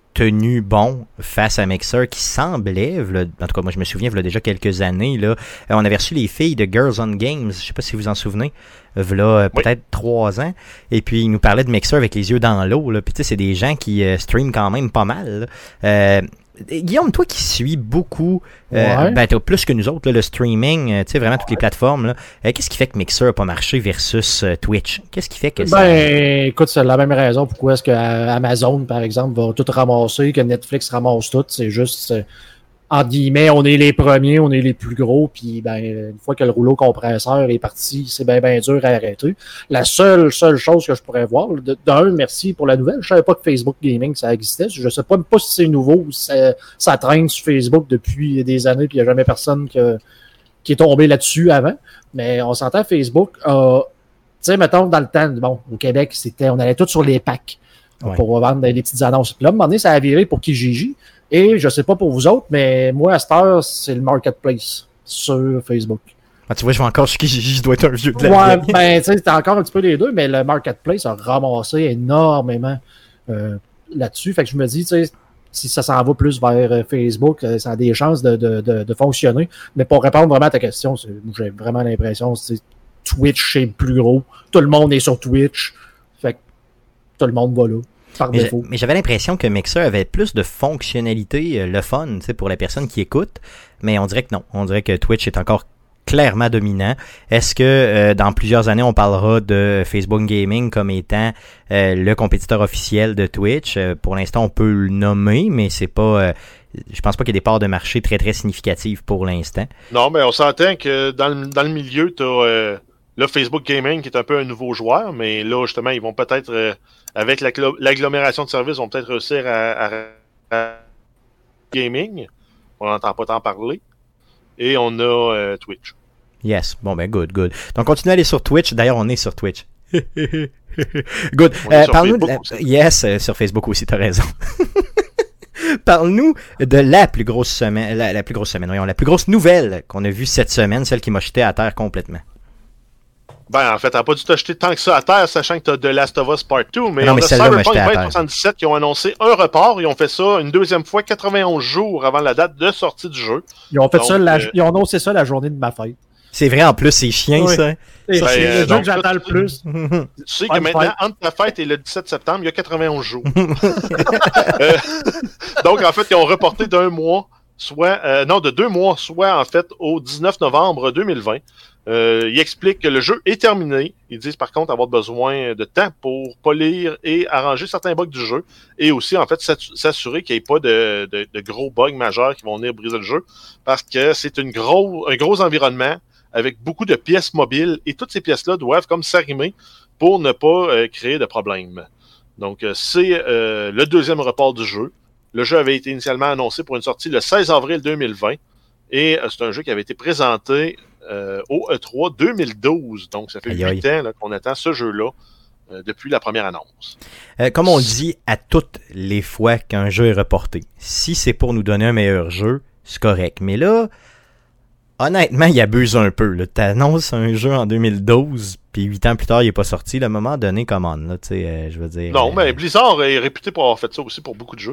tenu bon face à Mixer qui semblait, v'là, en tout cas moi je me souviens, il y a déjà quelques années, là, on avait reçu les filles de Girls on Games, je sais pas si vous vous en souvenez, v'là oui. peut-être trois ans, et puis ils nous parlaient de Mixer avec les yeux dans l'eau, là, puis tu sais c'est des gens qui euh, streament quand même pas mal. Euh, Guillaume, toi qui suis beaucoup, euh, ouais. ben, plus que nous autres, là, le streaming, euh, tu sais, vraiment toutes les plateformes, là, euh, qu'est-ce qui fait que Mixer n'a pas marché versus euh, Twitch? Qu'est-ce qui fait que ben, ça... Ben, écoute, c'est la même raison pourquoi est-ce que Amazon, par exemple, va tout ramasser, que Netflix ramasse tout. C'est juste, euh, entre guillemets, on est les premiers, on est les plus gros, puis ben, une fois que le rouleau compresseur est parti, c'est bien, bien dur à arrêter. La seule, seule chose que je pourrais voir, d'un, merci pour la nouvelle, je savais pas que Facebook Gaming, ça existait. Je sais pas même pas si c'est nouveau ou si ça, ça traîne sur Facebook depuis des années, puis il n'y a jamais personne que, qui est tombé là-dessus avant. Mais on s'entend, Facebook a, tu sais, mettons, dans le temps, bon, au Québec, c'était, on allait tous sur les packs ouais. pour vendre des petites annonces. Puis là, à un moment donné, ça a viré pour Kijiji. Et je sais pas pour vous autres, mais moi, à cette heure, c'est le marketplace sur Facebook. Ah, tu vois, je vais encore jusqu'à je dois être un vieux de la Ouais, vie. Ben, tu sais, c'est encore un petit peu les deux, mais le marketplace a ramassé énormément euh, là-dessus. Fait que je me dis, tu sais, si ça s'en va plus vers Facebook, ça a des chances de, de, de, de fonctionner. Mais pour répondre vraiment à ta question, j'ai vraiment l'impression que Twitch est le plus gros. Tout le monde est sur Twitch. Fait que tout le monde va là. Mais, mais j'avais l'impression que Mixer avait plus de fonctionnalités, euh, le fun, tu sais, pour la personne qui écoute, mais on dirait que non. On dirait que Twitch est encore clairement dominant. Est-ce que euh, dans plusieurs années, on parlera de Facebook Gaming comme étant euh, le compétiteur officiel de Twitch? Euh, pour l'instant, on peut le nommer, mais c'est pas... Euh, je pense pas qu'il y ait des parts de marché très, très significatives pour l'instant. Non, mais on s'entend que dans le, dans le milieu, tu as euh, le Facebook Gaming qui est un peu un nouveau joueur, mais là, justement, ils vont peut-être... Euh, avec l'agglomération de services, on peut peut-être réussir à, à, à gaming. On n'entend pas tant parler. Et on a euh, Twitch. Yes. Bon, ben, good, good. Donc, continuez à aller sur Twitch. D'ailleurs, on est sur Twitch. Good. Euh, Parle-nous de la... Yes, euh, sur Facebook aussi, t'as raison. Parle-nous de la plus grosse semaine, la, la plus grosse semaine, voyons, la plus grosse nouvelle qu'on a vue cette semaine, celle qui m'a jeté à terre complètement. Ben, en fait, t'as pas dû t'acheter tant que ça à terre, sachant que t'as The Last of Us Part deux, mais non, on mais a Cyberpunk vingt soixante-dix-sept qui ont annoncé un report. Ils ont fait ça une deuxième fois, quatre-vingt-onze jours avant la date de sortie du jeu. Ils ont fait donc, ça, la, euh... ils ont annoncé ça la journée de ma fête. C'est vrai, en plus, c'est chiant, oui. ça. ça ben, c'est euh, le jeu que j'attends le plus. Tu sais que maintenant, entre ta fête et le dix-sept septembre, il y a quatre-vingt-onze jours. euh, donc, en fait, ils ont reporté d'un mois, soit, euh, non, de deux mois, soit, en fait, au dix-neuf novembre deux mille vingt. Euh, ils expliquent que le jeu est terminé. Ils disent par contre avoir besoin de temps pour polir et arranger certains bugs du jeu. Et aussi, en fait, s'assurer qu'il n'y ait pas de, de, de gros bugs majeurs qui vont venir briser le jeu. Parce que c'est une gros, un gros environnement avec beaucoup de pièces mobiles. Et toutes ces pièces-là doivent comme s'arrimer pour ne pas euh, créer de problème. Donc, euh, c'est euh, le deuxième report du jeu. Le jeu avait été initialement annoncé pour une sortie le seize avril deux mille vingt. Et euh, c'est un jeu qui avait été présenté Euh, au E trois deux mille douze. Donc, ça fait huit ans là, qu'on attend ce jeu-là euh, depuis la première annonce. Euh, comme on le dit à toutes les fois qu'un jeu est reporté, si c'est pour nous donner un meilleur jeu, c'est correct. Mais là, honnêtement, il abuse un peu. Tu annonces un jeu en deux mille douze, puis huit ans plus tard, il n'est pas sorti. À un moment donné, commande, là, tu sais, euh, je veux dire... Non, euh, mais Blizzard est réputé pour avoir fait ça aussi pour beaucoup de jeux.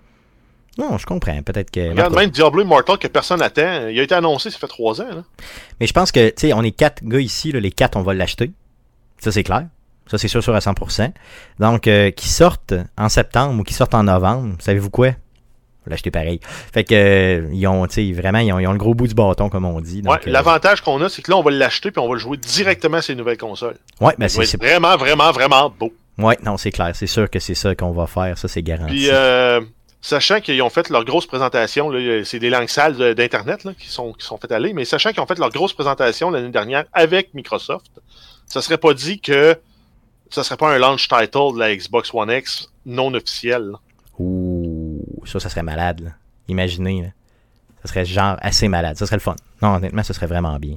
Non, je comprends. Peut-être que... Regarde, même Diablo Immortal que personne n'attend. Il a été annoncé, ça fait trois ans. Là. Mais je pense que, tu sais, on est quatre gars ici. Là, les quatre, on va l'acheter. Ça, c'est clair. Ça, c'est sûr, sûr à cent pour cent. Donc, euh, qui sortent en septembre ou qui sortent en novembre, savez-vous quoi? Vous l'achetez pareil. Fait que, euh, ils ont, tu sais, vraiment, ils ont, ils ont le gros bout du bâton, comme on dit. Donc, ouais, euh, l'avantage qu'on a, c'est que là, on va l'acheter puis on va le jouer directement à ces nouvelles consoles. Ouais, ben, c'est, c'est vraiment, vraiment, vraiment beau. Ouais, non, c'est clair. C'est sûr que c'est ça qu'on va faire. Ça, c'est garanti. Puis, euh... sachant qu'ils ont fait leur grosse présentation, là, c'est des langues sales d'Internet là, qui, sont, qui sont faites aller, mais sachant qu'ils ont fait leur grosse présentation l'année dernière avec Microsoft, ça serait pas dit que ça serait pas un launch title de la Xbox One X non officiel. Là. Ouh, ça, ça serait malade. Là. Imaginez. Là. Ça serait genre assez malade. Ça serait le fun. Non, honnêtement, ça serait vraiment bien.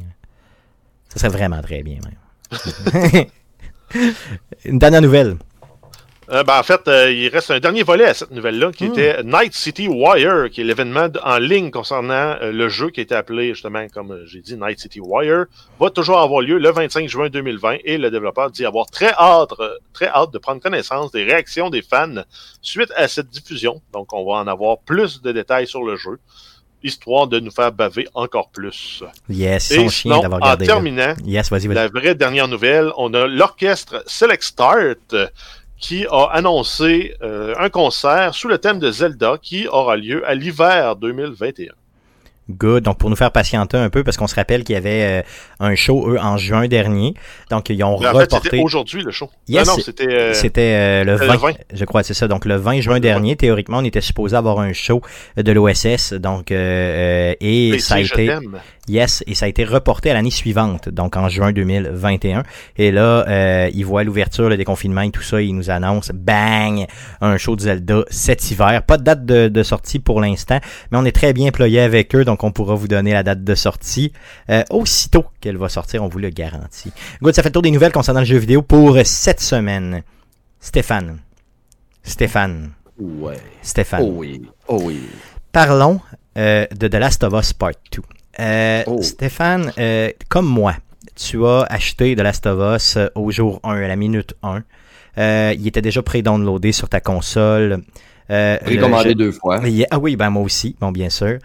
Ça serait vraiment très bien, même. Une dernière nouvelle. Euh, ben, en fait, euh, il reste un dernier volet à cette nouvelle-là qui Mm. était Night City Wire, qui est l'événement en ligne concernant euh, le jeu qui était appelé justement, comme euh, j'ai dit, Night City Wire, va toujours avoir lieu le vingt-cinq juin deux mille vingt et le développeur dit avoir très hâte, euh, très hâte de prendre connaissance des réactions des fans suite à cette diffusion. Donc, on va en avoir plus de détails sur le jeu, histoire de nous faire baver encore plus. Yes, ils Et sont chiens sinon, d'avoir en regardé. là. terminant, Yes, vas-y, vas-y. la vraie dernière nouvelle, on a l'orchestre Select Start qui a annoncé euh, un concert sous le thème de Zelda qui aura lieu à l'hiver deux mille vingt et un. Good. Donc, pour nous faire patienter un peu, parce qu'on se rappelle qu'il y avait euh, un show, eux, en juin dernier. Donc, ils ont Mais en fait, reporté... c'était aujourd'hui le show. Yes, non, non, c'était... euh, C'était euh, le, c'était vingt, le vingt. je crois, c'est ça. Donc, le vingt juin Ouais, dernier, ouais. théoriquement, on était supposé avoir un show de l'O S S. Donc, euh, euh, et P C, ça a je été... t'aime. Yes, et ça a été reporté à l'année suivante, donc en juin deux mille vingt et un. Et là, euh, ils voient l'ouverture, le déconfinement et tout ça, et ils nous annoncent, bang, un show de Zelda cet hiver. Pas de date de, de sortie pour l'instant, mais on est très bien ployé avec eux, donc on pourra vous donner la date de sortie euh, aussitôt qu'elle va sortir, on vous le garantit. Good, ça fait le tour des nouvelles concernant le jeu vidéo pour cette semaine. Stéphane. Stéphane. Ouais. Stéphane. Oh oui. Oh oui. Parlons euh, de The Last of Us Part deux. Euh, Oh. Stéphane, euh, comme moi, tu as acheté The Last of Us euh, au jour un, à la minute un. Euh, il était déjà pré-downloadé sur ta console. Euh, J'ai le commandé jeu- deux fois. Il- Ah oui, ben moi aussi, bon bien sûr.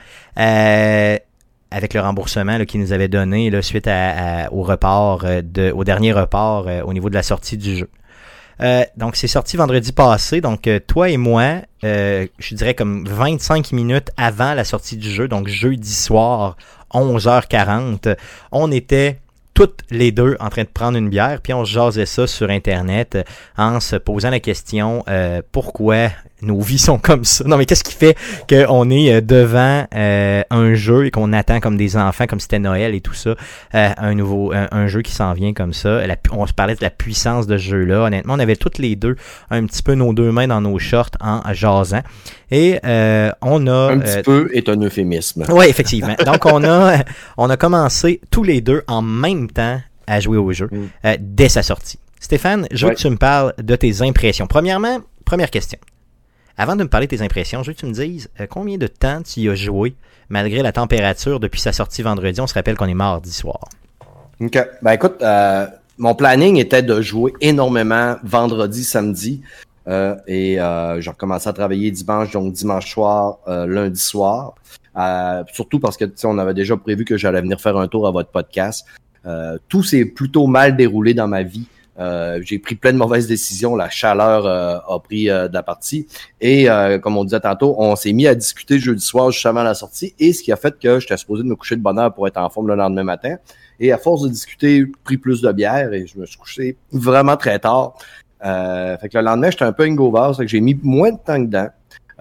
Euh, avec le remboursement là, qu'il nous avait donné là, suite à, à- au report, euh, de, au dernier report euh, au niveau de la sortie du jeu. Euh, donc, c'est sorti vendredi passé. Donc, euh, toi et moi, euh, je dirais comme vingt-cinq minutes avant la sortie du jeu, donc jeudi soir, onze heures quarante, on était toutes les deux en train de prendre une bière, puis on se jasait ça sur Internet euh, en se posant la question euh, pourquoi nos vies sont comme ça. Non, mais qu'est-ce qui fait qu'on est euh, devant euh, un jeu et qu'on attend comme des enfants, comme c'était Noël et tout ça, euh, un nouveau un, un jeu qui s'en vient comme ça. La, on se parlait de la puissance de ce jeu-là. Honnêtement, on avait toutes les deux un petit peu nos deux mains dans nos shorts en jasant. Et euh, on a... Un euh, petit peu est un euphémisme. Oui, effectivement. Donc, on a, on a commencé tous les deux en même temps à jouer au jeu Mm. euh, dès sa sortie. Stéphane, je veux Ouais. que tu me parles de tes impressions. Premièrement, première question. Avant de me parler de tes impressions, je veux que tu me dises euh, combien de temps tu y as joué malgré la température depuis sa sortie vendredi. On se rappelle qu'on est mardi soir. OK. Ben écoute, euh, mon planning était de jouer énormément vendredi, samedi. Euh, et euh, j'ai recommencé à travailler dimanche, donc dimanche soir, euh, lundi soir. Euh, surtout parce que tu sais, on avait déjà prévu que j'allais venir faire un tour à votre podcast. Euh, tout s'est plutôt mal déroulé dans ma vie. Euh, j'ai pris plein de mauvaises décisions. La chaleur euh, a pris euh, de la partie. Et euh, comme on disait tantôt, on s'est mis à discuter jeudi soir juste avant la sortie. Et ce qui a fait que j'étais supposé de me coucher de bonne heure pour être en forme le lendemain matin. Et à force de discuter, j'ai pris plus de bière et je me suis couché vraiment très tard. Euh, fait que le lendemain, j'étais un peu hangover, c'est que j'ai mis moins de temps dedans.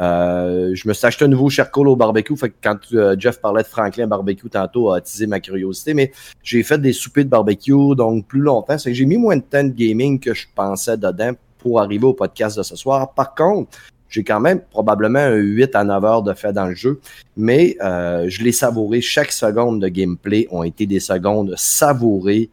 Euh, je me suis acheté un nouveau charcoal au barbecue. Fait que quand euh, Jeff parlait de Franklin barbecue tantôt, a attisé ma curiosité. Mais j'ai fait des soupers de barbecue, donc plus longtemps. C'est que j'ai mis moins de temps de gaming que je pensais dedans pour arriver au podcast de ce soir. Par contre, j'ai quand même probablement un huit à neuf heures de fait dans le jeu. Mais euh, je l'ai savouré. Chaque seconde de gameplay ont été des secondes savourées.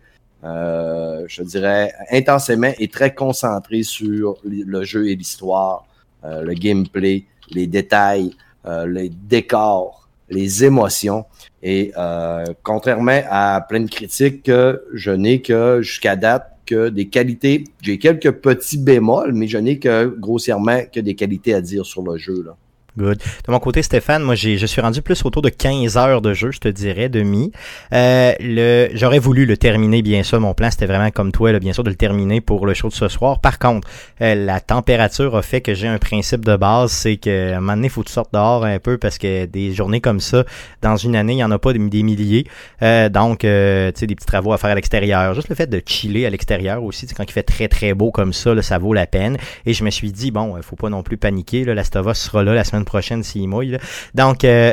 Euh, je dirais intensément et très concentré sur le jeu et l'histoire, euh, le gameplay, les détails, euh, les décors, les émotions. Et euh, contrairement à plein de critiques, que je n'ai que jusqu'à date que des qualités. J'ai quelques petits bémols, mais je n'ai que grossièrement que des qualités à dire sur le jeu, là. Good. De mon côté, Stéphane, moi, j'ai, je suis rendu plus autour de quinze heures de jeu, je te dirais, demi. Euh, le, j'aurais voulu le terminer, bien sûr. Mon plan, c'était vraiment comme toi, là, bien sûr, de le terminer pour le show de ce soir. Par contre, euh, la température a fait que j'ai un principe de base, c'est que à un moment donné, il faut que tu sortes dehors un peu parce que des journées comme ça, dans une année, il n'y en a pas des milliers. Euh, donc, euh, tu sais, des petits travaux à faire à l'extérieur. Juste le fait de chiller à l'extérieur aussi, quand il fait très, très beau comme ça, là, ça vaut la peine. Et je me suis dit, bon, il faut pas non plus paniquer. Là, la Last of Us sera là la semaine prochaine s'il mouille. Là. Donc, euh, euh,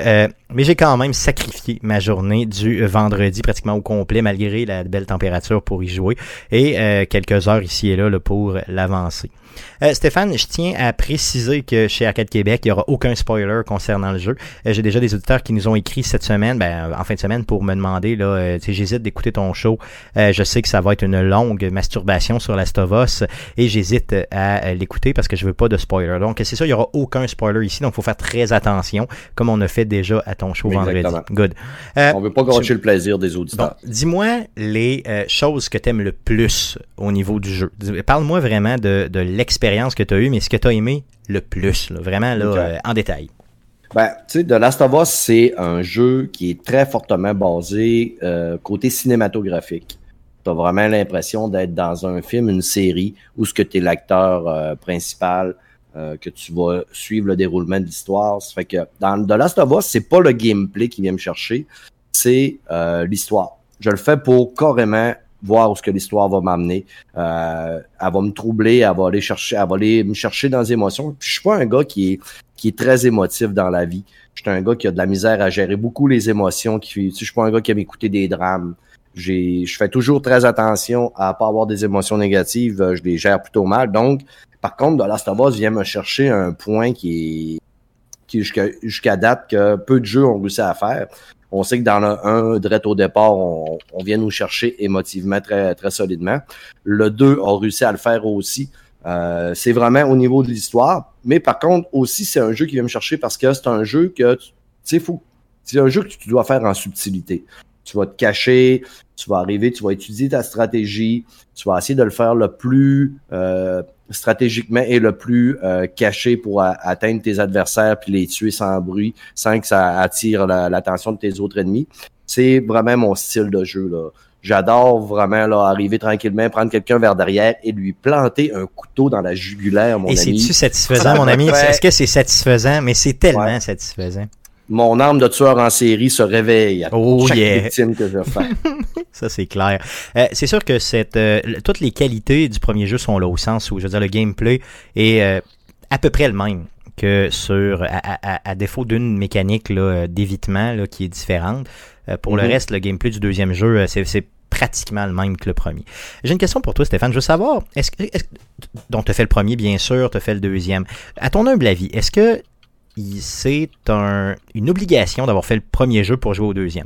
Mais j'ai quand même sacrifié ma journée du vendredi pratiquement au complet, malgré la belle température pour y jouer, et euh, quelques heures ici et là, là pour l'avancer. Euh, Stéphane, je tiens à préciser que chez Arcade Québec, il n'y aura aucun spoiler concernant le jeu. Euh, j'ai déjà des auditeurs qui nous ont écrit cette semaine, ben, en fin de semaine, pour me demander, là, euh, tu sais, j'hésite d'écouter ton show. Euh, je sais que ça va être une longue masturbation sur Last of Us et j'hésite à l'écouter parce que je veux pas de spoiler. Donc, c'est ça, il n'y aura aucun spoiler ici, donc il faut faire très attention, comme on a fait déjà à ton show Exactement. vendredi. Good. Euh, on veut pas gâcher tu... le plaisir des auditeurs. Bon, dis-moi les euh, choses que tu aimes le plus au niveau du jeu. Parle-moi vraiment de, de l'expérience que tu as eue, mais ce que tu as aimé le plus, là, vraiment là, okay. euh, en détail. Ben, tu sais, The Last of Us, c'est un jeu qui est très fortement basé euh, côté cinématographique. Tu as vraiment l'impression d'être dans un film, une série, où ce que tu es l'acteur euh, principal, euh, que tu vas suivre le déroulement de l'histoire. Ça fait que dans The Last of Us, c'est pas le gameplay qui vient me chercher, c'est euh, l'histoire. Je le fais pour carrément voir où ce que l'histoire va m'amener. Euh, elle va me troubler, elle va aller chercher, elle va aller me chercher dans les émotions. Puis je suis pas un gars qui est qui est très émotif dans la vie. Je suis un gars qui a de la misère à gérer beaucoup les émotions. Qui, tu sais, je suis pas un gars qui aime écouter des drames. J'ai, je fais toujours très attention à pas avoir des émotions négatives. Je les gère plutôt mal. Donc, par contre, The Last of Us vient me chercher un point qui est qui jusqu'à jusqu'à date que peu de jeux ont réussi à faire. On sait que dans le un, direct au départ, on, on vient nous chercher émotivement très très solidement. Le deux a réussi à le faire aussi. Euh, c'est vraiment au niveau de l'histoire. Mais par contre, aussi, c'est un jeu qui vient me chercher parce que c'est un jeu que, tu sais, faut, c'est un jeu que tu dois faire en subtilité. Tu vas te cacher, tu vas arriver, tu vas étudier ta stratégie, tu vas essayer de le faire le plus euh, stratégiquement et le plus euh, caché pour a- atteindre tes adversaires puis les tuer sans bruit, sans que ça attire la, l'attention de tes autres ennemis. C'est vraiment mon style de jeu, là. J'adore vraiment là arriver tranquillement, prendre quelqu'un vers derrière et lui planter un couteau dans la jugulaire, mon et ami. Et c'est-tu satisfaisant, mon ami? Est-ce que c'est satisfaisant? Mais c'est tellement ouais. satisfaisant. Mon âme de tueur en série se réveille à oh, chaque yeah. victime que je fais. Ça, c'est clair. Euh, c'est sûr que cette, euh, toutes les qualités du premier jeu sont là, au sens où, je veux dire, le gameplay est euh, à peu près le même que sur, à, à, à défaut d'une mécanique là, d'évitement là, qui est différente. Euh, pour mm-hmm. le reste, le gameplay du deuxième jeu, c'est, c'est pratiquement le même que le premier. J'ai une question pour toi, Stéphane. Je veux savoir, est-ce que, est-ce, donc tu as fait le premier, bien sûr, tu as fait le deuxième. À ton humble avis, est-ce que c'est un, une obligation d'avoir fait le premier jeu pour jouer au deuxième?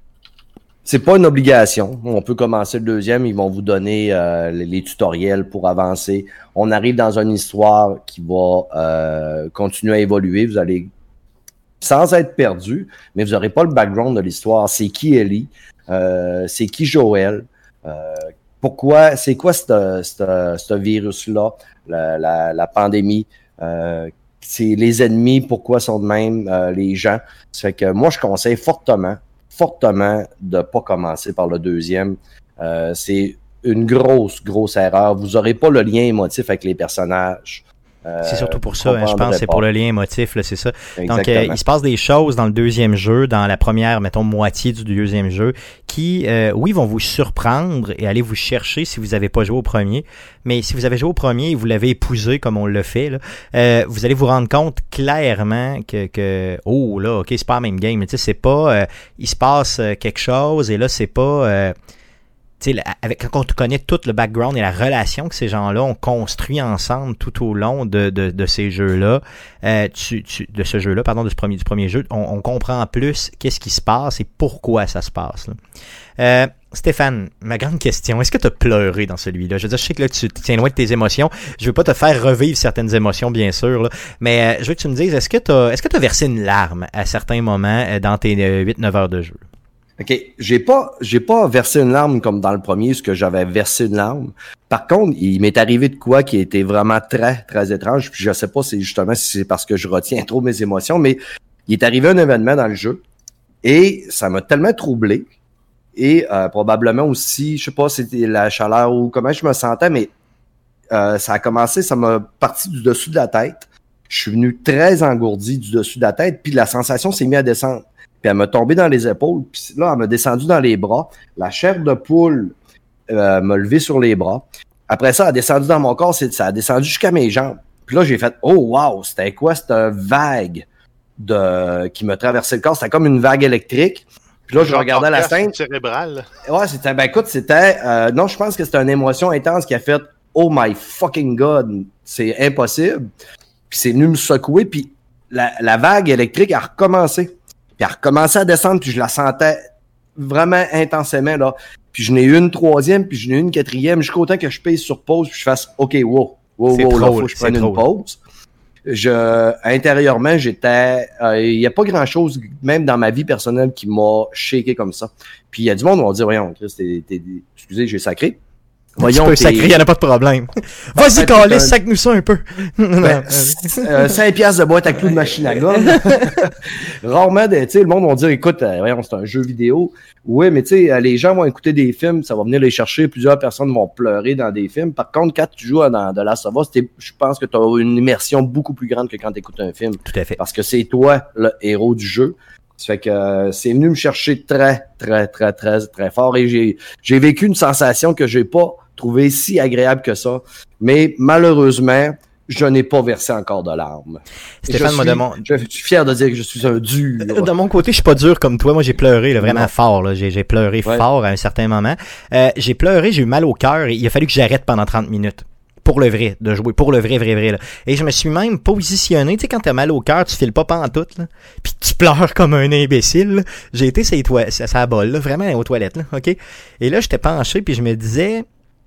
C'est pas une obligation. On peut commencer le deuxième, ils vont vous donner euh, les, les tutoriels pour avancer. On arrive dans une histoire qui va euh, continuer à évoluer. Vous allez, sans être perdu, mais vous n'aurez pas le background de l'histoire. C'est qui Ellie? Euh, c'est qui Joël? Euh, pourquoi? C'est quoi ce virus-là? La, la, la pandémie? Euh, c'est les ennemis, pourquoi sont de même euh, les gens. Ça fait que moi, je conseille fortement, fortement de pas commencer par le deuxième. Euh, c'est une grosse, grosse erreur. Vous aurez pas le lien émotif avec les personnages. Euh, c'est surtout pour ça, hein, je pense, c'est pour le lien émotif, là, c'est ça. Exactement. Donc, euh, il se passe des choses dans le deuxième jeu, dans la première, mettons, moitié du deuxième jeu, qui, euh, oui, vont vous surprendre et aller vous chercher si vous n'avez pas joué au premier. Mais si vous avez joué au premier et vous l'avez épousé comme on le fait, là, euh, vous allez vous rendre compte clairement que, que oh là, ok, c'est pas la même game. Mais tu sais, c'est pas, euh, il se passe quelque chose et là, c'est pas... Euh, Tu sais, avec, quand on connaît tout le background et la relation que ces gens-là ont construit ensemble tout au long de, de, de ces jeux-là, euh, tu, tu, de ce jeu-là, pardon, de ce premier, du premier jeu, on, on comprend plus qu'est-ce qui se passe et pourquoi ça se passe. Là. Euh, Stéphane, ma grande question, est-ce que tu as pleuré dans celui-là? Je veux dire, je sais que là, tu tiens loin de tes émotions. Je veux pas te faire revivre certaines émotions, bien sûr, là, mais euh, je veux que tu me dises, est-ce que tu as, est-ce que tu as versé une larme à certains moments euh, dans tes euh, huit neuf heures de jeu? OK. J'ai pas, j'ai pas versé une larme comme dans le premier, ce que j'avais versé une larme. Par contre, il m'est arrivé de quoi qui était vraiment très, très étrange. Puis je sais pas si justement si c'est parce que je retiens trop mes émotions, mais il est arrivé un événement dans le jeu et ça m'a tellement troublé. Et euh, probablement aussi, je sais pas si c'était la chaleur ou comment je me sentais, mais euh, ça a commencé, ça m'a parti du dessus de la tête. Je suis venu très engourdi du dessus de la tête, puis la sensation s'est mise à descendre. Puis elle m'a tombé dans les épaules, puis là, elle m'a descendu dans les bras. La chair de poule euh, m'a levé sur les bras. Après ça, elle a descendu dans mon corps, c'est, ça a descendu jusqu'à mes jambes. Puis là, j'ai fait « Oh, wow! C'était quoi cette vague? » de qui me traversait le corps. C'était comme une vague électrique. Puis là, je regardais la scène. Cérébral. Ouais, c'était, ben écoute, c'était, euh, non, je pense que c'était une émotion intense qui a fait, oh my fucking god, c'est impossible. Puis c'est venu me secouer, puis la, la vague électrique a recommencé. Puis elle a recommencé à descendre, puis je la sentais vraiment intensément, là. Puis je n'ai eu une troisième, puis je n'ai eu une quatrième, jusqu'au temps que je paye sur pause, puis je fasse, OK, wow, wow, c'est wow, trop, là, faut que je prenne une pause. Je, intérieurement, j'étais, il euh, y a pas grand chose, même dans ma vie personnelle, qui m'a shaké comme ça. Puis il y a du monde qui va dire, voyons, Chris, t'es, t'es, excusez, j'ai sacré. Voyons, tu peux sacrer, il n'y en a pas de problème. Vas-y, Carlis, sac-nous ça un peu. Ben, euh, cinq piastres de boîte à clous de machine à gomme. Rarement, tu sais, le monde va dire, écoute, euh, voyons, c'est un jeu vidéo. Oui, mais tu sais, les gens vont écouter des films, ça va venir les chercher, plusieurs personnes vont pleurer dans des films. Par contre, quand tu joues dans The Last of Us, je pense que tu as une immersion beaucoup plus grande que quand tu écoutes un film. Tout à fait. Parce que c'est toi, le héros du jeu. Ça fait que euh, c'est venu me chercher très, très, très, très, très fort. Et j'ai, j'ai vécu une sensation que j'ai pas trouvé si agréable que ça. Mais malheureusement, je n'ai pas versé encore de larmes. Stéphane, je, moi, suis, de mon... je suis fier de dire que je suis un dur. De mon côté, je suis pas dur comme toi. Moi, j'ai pleuré là, vraiment non. fort. Là. J'ai, j'ai pleuré ouais. fort à un certain moment. Euh, j'ai pleuré, j'ai eu mal au cœur et il a fallu que j'arrête pendant trente minutes. Pour le vrai, de jouer, pour le vrai, vrai, vrai. Là. Et je me suis même positionné, tu sais, quand t'as mal au cœur, tu files pas pantoute, là, pis tu pleures comme un imbécile. Là. J'ai été sur toi- la bol, là, vraiment aux toilettes, là, ok? Et là, j'étais penché, puis je me disais,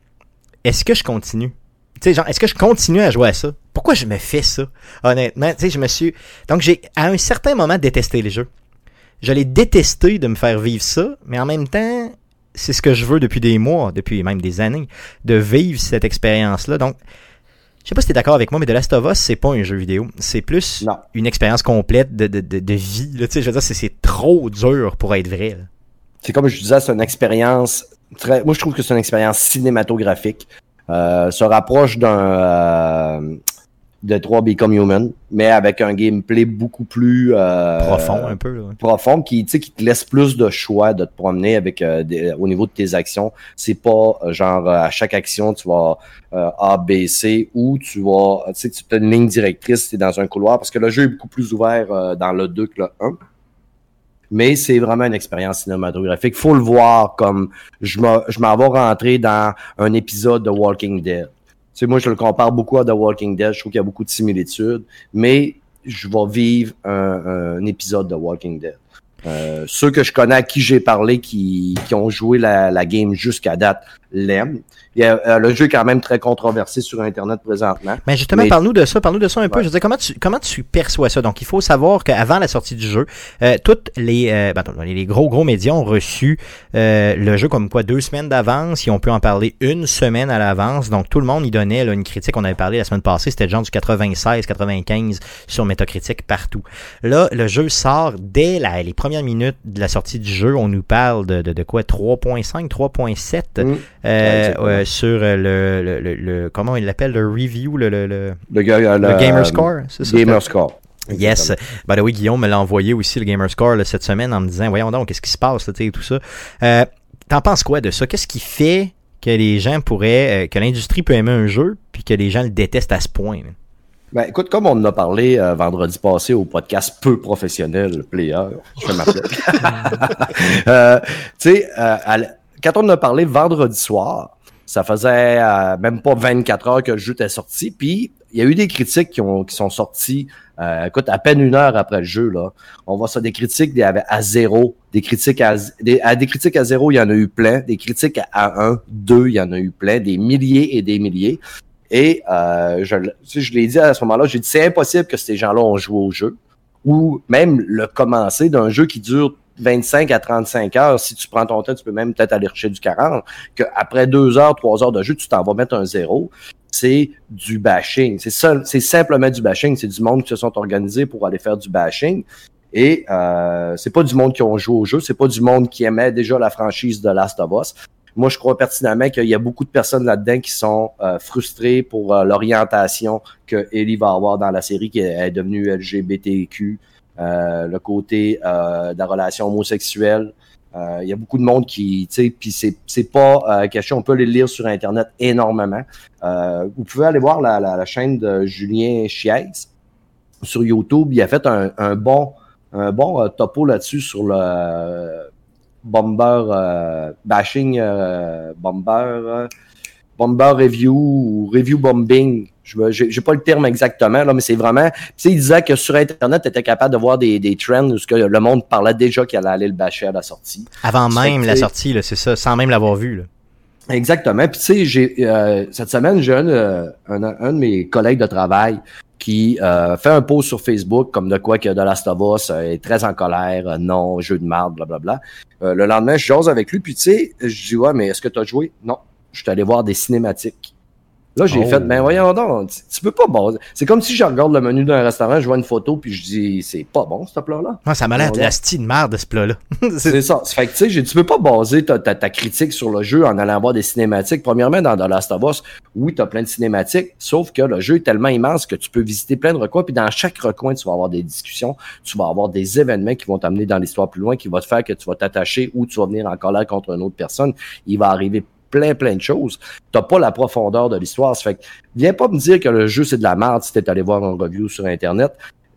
est-ce que je continue? Tu sais, genre, est-ce que je continue à jouer à ça? Pourquoi je me fais ça? Honnêtement, tu sais, je me suis... Donc, j'ai, à un certain moment, détesté les jeux. Je l'ai détesté de me faire vivre ça, mais en même temps... c'est ce que je veux depuis des mois, depuis même des années, de vivre cette expérience-là. Donc, je sais pas si t'es d'accord avec moi, mais The Last of Us, c'est pas un jeu vidéo. C'est plus non. une expérience complète de, de, de, de vie. Là. Tu sais, je veux dire, c'est, c'est trop dur pour être vrai. Là. C'est comme je disais, c'est une expérience très... Moi, je trouve que c'est une expérience cinématographique. Euh, se rapproche d'un... Euh... de trois Become Human, mais avec un gameplay beaucoup plus euh, profond un peu là. profond qui tu sais qui te laisse plus de choix de te promener avec euh, des, au niveau de tes actions. C'est pas euh, genre euh, à chaque action tu vas euh, A, B, C ou tu vas tu sais tu as une ligne directrice, tu es dans un couloir parce que le jeu est beaucoup plus ouvert euh, dans le deux que le un. Mais c'est vraiment une expérience cinématographique. Faut le voir comme je m'en je m'en vais rentrer dans un épisode de Walking Dead. Tu sais, moi, je le compare beaucoup à The Walking Dead. Je trouve qu'il y a beaucoup de similitudes. Mais je vais vivre un, un épisode de Walking Dead. Euh, ceux que je connais, à qui j'ai parlé, qui, qui ont joué la, la game jusqu'à date, l'aiment. Il y a, euh, le jeu est quand même très controversé sur Internet présentement. Mais justement, mais... parle-nous de ça, parle-nous de ça un ouais. peu. Je veux dire, comment tu, comment tu perçois ça? Donc, il faut savoir qu'avant la sortie du jeu, euh, toutes les, euh, ben, les gros, gros médias ont reçu euh, le jeu comme quoi deux semaines d'avance. Ils ont pu en parler une semaine à l'avance. Donc, tout le monde y donnait là, une critique. On avait parlé la semaine passée, c'était genre du quatre-vingt-seize quatre-vingt-quinze sur Metacritic partout. Là, le jeu sort dès la, les premières minutes de la sortie du jeu. On nous parle de, de, de quoi? trois virgule cinq, trois virgule sept mmh. euh, ouais, sur le, le, le, le... Comment il l'appelle? Le review, le... Le, le, le, le, le Gamer Score, c'est ça? Gamer Score. Yes. By the way, Guillaume me l'a envoyé aussi, le Gamer Score, là, cette semaine, en me disant, voyons donc, qu'est-ce qui se passe, là, et tout ça. Euh, t'en penses quoi de ça? Qu'est-ce qui fait que les gens pourraient... Euh, que l'industrie peut aimer un jeu, puis que les gens le détestent à ce point, là? Ben, écoute, comme on en a parlé euh, vendredi passé au podcast peu professionnel, Player, je vais m'appeler. euh, tu sais, euh, quand on en a parlé vendredi soir, ça faisait euh, même pas vingt-quatre heures que le jeu était sorti, puis il y a eu des critiques qui, ont, qui sont sorties, euh, écoute, à peine une heure après le jeu, là. On voit ça, des critiques des, à zéro, des critiques à, des, à des critiques à zéro, il y en a eu plein, des critiques à un, deux, il y en a eu plein, des milliers et des milliers. Et euh, je, je l'ai dit à ce moment-là, j'ai dit c'est impossible que ces gens-là ont joué au jeu, ou même le commencer d'un jeu qui dure vingt-cinq à trente-cinq heures. Si tu prends ton temps, tu peux même peut-être aller chercher du quarante, qu'après deux heures, trois heures de jeu, tu t'en vas mettre un zéro. C'est du bashing. C'est ça, c'est simplement du bashing. C'est du monde qui se sont organisés pour aller faire du bashing. Et euh, c'est pas du monde qui ont joué au jeu, c'est pas du monde qui aimait déjà la franchise de Last of Us. Moi, je crois pertinemment qu'il y a beaucoup de personnes là-dedans qui sont euh, frustrées pour euh, l'orientation que Ellie va avoir dans la série, qui est, est devenue L G B T Q, euh, le côté euh, de la relation homosexuelle. Euh, il y a beaucoup de monde qui, tu sais, puis c'est c'est pas euh, caché, on peut les lire sur Internet énormément. Euh, vous pouvez aller voir la, la, la chaîne de Julien Chiez. sur YouTube. Il a fait un, un bon, un bon euh, topo là-dessus sur le euh, Bomber euh, bashing, euh, Bomber, euh, Bomber review ou review bombing. Je j'ai, j'ai pas le terme exactement, là, mais c'est vraiment. Tu sais, il disait que sur Internet, tu étais capable de voir des, des trends où ce que le monde parlait déjà qu'il allait aller le bâcher à la sortie. Avant ça même la sortie, là, c'est ça, sans même l'avoir vu. Là. Exactement. Puis tu sais, j'ai euh, cette semaine, j'ai un, un, un de mes collègues de travail qui euh, fait un post sur Facebook comme de quoi que The Last of Us euh, est très en colère, euh, non, jeu de marde, blablabla. Euh, le lendemain, je jase avec lui, puis tu sais, je dis « Ouais, mais est-ce que tu as joué? » Non. Je suis allé voir des cinématiques. Là, j'ai oh. fait, ben voyons donc, tu, tu peux pas baser. C'est comme si je regarde le menu d'un restaurant, je vois une photo, puis je dis, c'est pas bon, ce plat-là. Non, ça m'a l'air de la style de merde, ce plat-là. c'est... c'est ça. Fait que, tu sais, tu peux pas baser ta, ta, ta critique sur le jeu en allant voir des cinématiques. Premièrement, dans The Last of Us, oui, t'as plein de cinématiques, sauf que le jeu est tellement immense que tu peux visiter plein de recoins, puis dans chaque recoin, tu vas avoir des discussions, tu vas avoir des événements qui vont t'amener dans l'histoire plus loin, qui vont te faire que tu vas t'attacher ou tu vas venir en colère contre une autre personne. Il va arriver plein, plein de choses. T'as pas la profondeur de l'histoire. Ça fait que, viens pas me dire que le jeu, c'est de la merde si t'es allé voir un review sur Internet.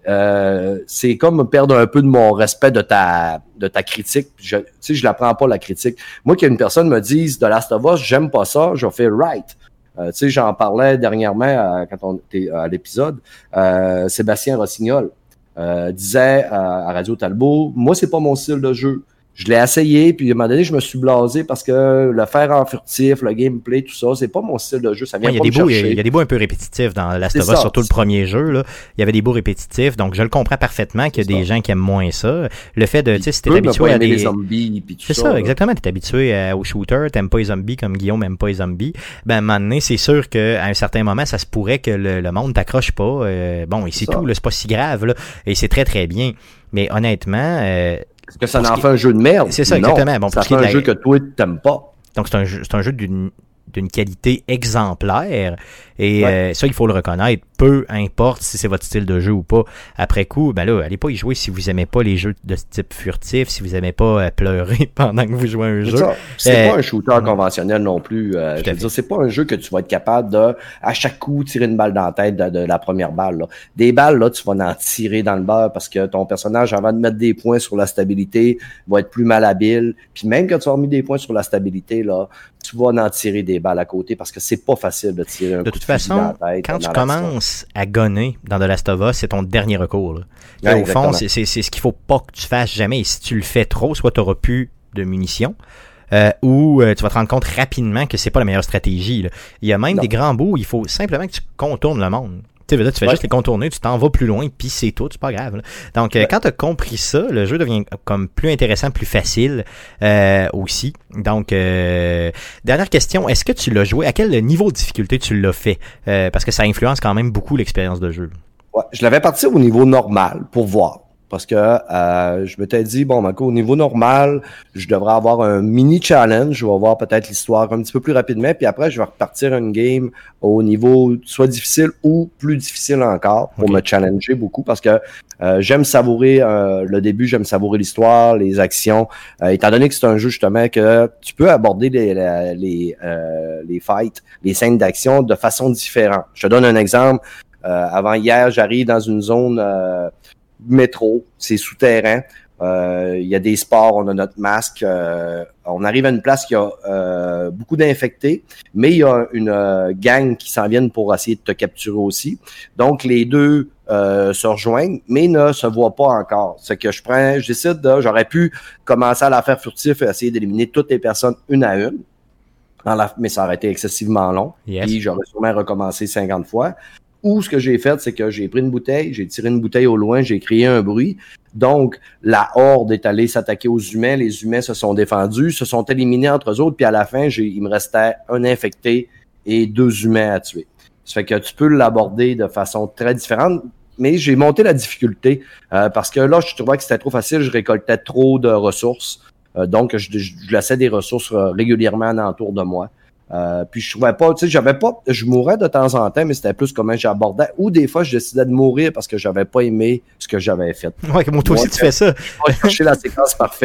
Euh, c'est comme perdre un peu de mon respect de ta, de ta critique. Je, tu sais, je la prends pas, la critique. Moi, qu'une personne me dise The Last of Us, j'aime pas ça, je fais right. Euh, tu sais, j'en parlais dernièrement euh, quand on était à l'épisode. Euh, Sébastien Rossignol euh, disait euh, à Radio Talbot, moi, c'est pas mon style de jeu. Je l'ai essayé, puis à un moment donné, je me suis blasé parce que le faire en furtif, le gameplay, tout ça, c'est pas mon style de jeu. Ça vient ouais, pas me me chercher. Il y a des bouts un peu répétitifs dans Last of Us, surtout le premier jeu. Là. Il y avait des bouts répétitifs, donc je le comprends parfaitement qu'il y a c'est des ça. gens qui aiment moins ça. Le fait de, tu sais, si t'es habitué à des... les zombies, puis tout c'est ça. C'est ça, là. exactement. T'es habitué à, au shooter, t'aimes pas les zombies comme Guillaume aime pas les zombies. Ben, à un moment donné, c'est sûr qu'à un certain moment, ça se pourrait que le, le monde t'accroche pas. Euh, bon, et c'est, c'est tout, là, c'est pas si grave, là. Et c'est très, très bien. Mais honnêtement... Euh, Est-ce que ça en fait un jeu de merde? C'est ça, exactement. Bon, ça fait un la... jeu que toi, t'aimes pas. Donc, c'est un jeu, c'est un jeu d'une, d'une qualité exemplaire. Et ouais. euh, ça, il faut le reconnaître. Peu importe si c'est votre style de jeu ou pas. Après coup, ben là, allez pas y jouer si vous aimez pas les jeux de ce type furtif, si vous aimez pas euh, pleurer pendant que vous jouez à un c'est jeu. Ça. C'est euh, pas un shooter non. conventionnel non plus. Euh, je veux dire, c'est pas un jeu que tu vas être capable de, à chaque coup, tirer une balle dans la tête de, de la première balle. Là. Des balles, là, tu vas en tirer dans le beurre parce que ton personnage, avant de mettre des points sur la stabilité, va être plus malhabile. Puis même quand tu vas mettre des points sur la stabilité, là, tu vas en tirer des balles à côté parce que c'est pas facile de tirer un de coup toute de façon, dans la tête. Quand tu commences à gonner dans The Last of Us, c'est ton dernier recours. Là. Ouais, au fond, c'est, c'est, c'est ce qu'il faut pas que tu fasses jamais. Et si tu le fais trop, soit tu n'auras plus de munitions, euh, ou euh, tu vas te rendre compte rapidement que c'est pas la meilleure stratégie. Là. Il y a même non. des grands bouts où il faut simplement que tu contournes le monde. Tu sais, tu fais ouais. juste les contourner, tu t'en vas plus loin, puis c'est tout, c'est pas grave. Là. Donc, ouais. euh, quand tu as compris ça, le jeu devient comme plus intéressant, plus facile euh, aussi. Donc, euh, dernière question, est-ce que tu l'as joué? À quel niveau de difficulté tu l'as fait? Euh, parce que ça influence quand même beaucoup l'expérience de jeu. Ouais, je l'avais parti au niveau normal pour voir. Parce que euh, je m'étais dit, bon, ben, au niveau normal, je devrais avoir un mini-challenge. Je vais voir peut-être l'histoire un petit peu plus rapidement. Puis après, je vais repartir une game au niveau soit difficile ou plus difficile encore pour okay. me challenger beaucoup. Parce que euh, j'aime savourer euh, le début, j'aime savourer l'histoire, les actions. Euh, étant donné que c'est un jeu justement que tu peux aborder les, les, les, euh, les fights, les scènes d'action de façon différente. Je te donne un exemple. Euh, avant hier, j'arrive dans une zone... Euh, métro, c'est souterrain. Il euh, y a des sports, on a notre masque. Euh, on arrive à une place qui a euh, beaucoup d'infectés, mais il y a une euh, gang qui s'en viennent pour essayer de te capturer aussi. Donc, les deux euh, se rejoignent, mais ne se voient pas encore. C'est que je prends, je décide de, j'aurais pu commencer à la faire furtif et essayer d'éliminer toutes les personnes une à une, dans la, mais ça aurait été excessivement long. Yes. Puis j'aurais sûrement recommencé cinquante fois. Ou ce que j'ai fait, c'est que j'ai pris une bouteille, j'ai tiré une bouteille au loin, j'ai créé un bruit. Donc, la horde est allée s'attaquer aux humains. Les humains se sont défendus, se sont éliminés entre eux autres. Puis à la fin, j'ai, il me restait un infecté et deux humains à tuer. Ça fait que tu peux l'aborder de façon très différente. Mais j'ai monté la difficulté euh, parce que là, je trouvais que c'était trop facile. Je récoltais trop de ressources. Euh, donc, je, je, je laissais des ressources euh, régulièrement autour de moi. Euh, puis je trouvais pas, tu sais, j'avais pas, je mourais de temps en temps, mais c'était plus comment j'abordais. Ou des fois, je décidais de mourir parce que j'avais pas aimé ce que j'avais fait. Ouais, moi, toi aussi, tu fais ça. Je vais chercher la séquence parfaite.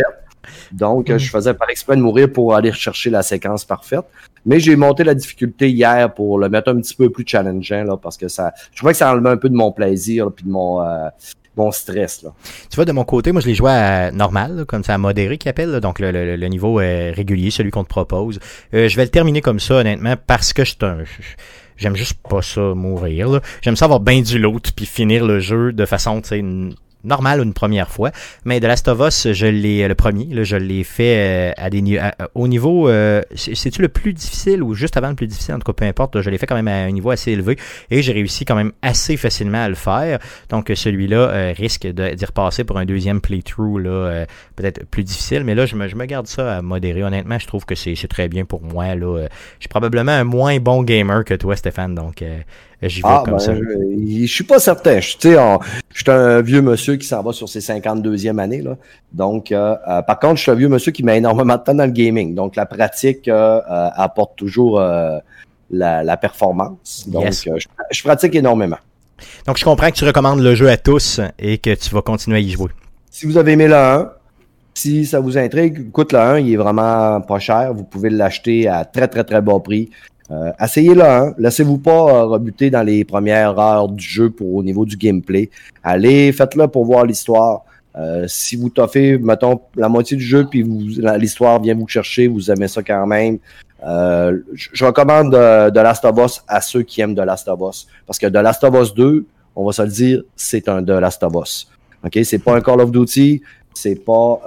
Donc, Mm. je faisais par exprès de mourir pour aller chercher la séquence parfaite. Mais j'ai monté la difficulté hier pour le mettre un petit peu plus challengeant, là, parce que ça, je trouvais que ça enlevait un peu de mon plaisir puis de mon, euh, mon stress, là. Tu vois, de mon côté, moi, je l'ai joué à normal, là, comme ça, à modéré qu'il appelle, là, donc le, le, le niveau euh, régulier, celui qu'on te propose. Euh, je vais le terminer comme ça, honnêtement, parce que je suis un... J'aime juste pas ça, mourir, là. J'aime ça avoir bien du loot, puis finir le jeu de façon, tu sais, une... normal une première fois, mais The Last of Us, je l'ai le premier, là, je l'ai fait euh, à des à, au niveau, euh, c'est-tu le plus difficile ou juste avant le plus difficile, en tout cas peu importe, là, je l'ai fait quand même à un niveau assez élevé et j'ai réussi quand même assez facilement à le faire. Donc celui-là euh, risque de, d'y repasser pour un deuxième playthrough là, euh, peut-être plus difficile, mais là je me, je me garde ça à modérer. Honnêtement, je trouve que c'est, c'est très bien pour moi. Là, je suis probablement un moins bon gamer que toi, Stéphane, donc euh, j'y vais Ah, comme ben, ça. Je, je suis pas certain. Je, tu sais, on- je suis un vieux monsieur qui s'en va sur ses cinquante-deuxième année, là. Donc, euh, euh, par contre, je suis un vieux monsieur qui met énormément de temps dans le gaming. Donc, la pratique euh, euh, apporte toujours euh, la, la performance. Donc, Yes. euh, je, je pratique énormément. Donc je comprends que tu recommandes le jeu à tous et que tu vas continuer à y jouer. Si vous avez aimé le un, si ça vous intrigue, écoute, le un, il est vraiment pas cher. Vous pouvez l'acheter à très, très, très bas prix. Euh, essayez-le, hein. Laissez-vous pas euh, rebuter dans les premières heures du jeu pour au niveau du gameplay. Allez, faites-le pour voir l'histoire. Euh, si vous toffez, mettons, la moitié du jeu, puis vous, la- l'histoire vient vous chercher, vous aimez ça quand même. Euh, je, je recommande euh, The Last of Us à ceux qui aiment The Last of Us. Parce que The Last of Us deux, on va se le dire, c'est un The Last of Us. OK? C'est pas un Call of Duty, c'est pas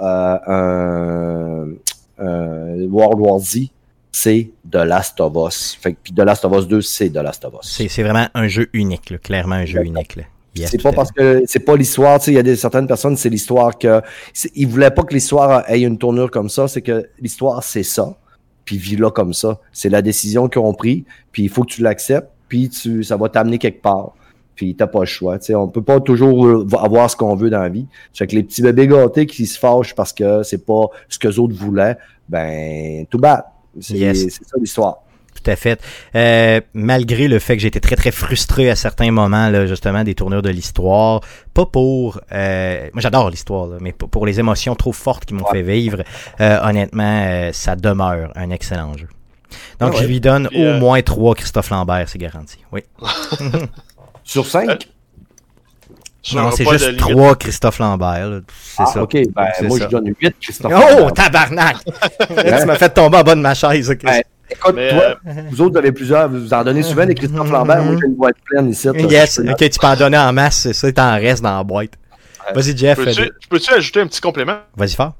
euh, un, un World War Z. C'est The Last of Us. Fait que, puis The Last of Us deux, c'est The Last of Us. C'est, c'est vraiment un jeu unique, là, clairement un jeu D'accord. unique. Là. Yes, c'est tout pas à parce fait. que c'est pas l'histoire, tu sais, il y a des certaines personnes, c'est l'histoire que c'est- ils voulaient pas que l'histoire ait une tournure comme ça, c'est que l'histoire c'est ça, puis vis-la comme ça. C'est la décision qu'ils ont pris, puis il faut que tu l'acceptes, puis tu ça va t'amener quelque part. Puis t'as pas le choix, tu sais, on peut pas toujours euh, avoir ce qu'on veut dans la vie. Fait que les petits bébés gâtés qui se fâchent parce que c'est pas ce que les autres voulaient, ben tout bad. C'est, Yes. c'est ça l'histoire. Tout à fait. Euh, malgré le fait que j'étais très très frustré à certains moments, là, justement, des tournures de l'histoire, pas pour... Euh, moi j'adore l'histoire, là, mais pour, pour les émotions trop fortes qui m'ont Ouais. fait vivre, euh, honnêtement, euh, ça demeure un excellent jeu. Donc Ah ouais. je lui donne Puis, au euh, moins trois Christophe Lambert, c'est garanti. Oui. Sur cinq? Sur non, un c'est pas juste de limite. trois Christophe Lambert. Là. C'est Ah, ça. ok, ben C'est moi ça. je donne huit Christophe. Oh, Lambert. tabarnak! Tu m'as fait tomber en bas de ma chaise. ok. Ouais. Écoute, Mais, toi, euh, vous autres, vous avez plusieurs, vous en donnez souvent des Christophe Lambert. Moi, j'ai une boîte pleine ici. là. Yes, Je peux- ok, tu peux en donner en masse, c'est ça, t'en restes dans la boîte. Vas-y, Jeff. Peux-tu, euh, peux-tu ajouter un petit complément? Vas-y fort.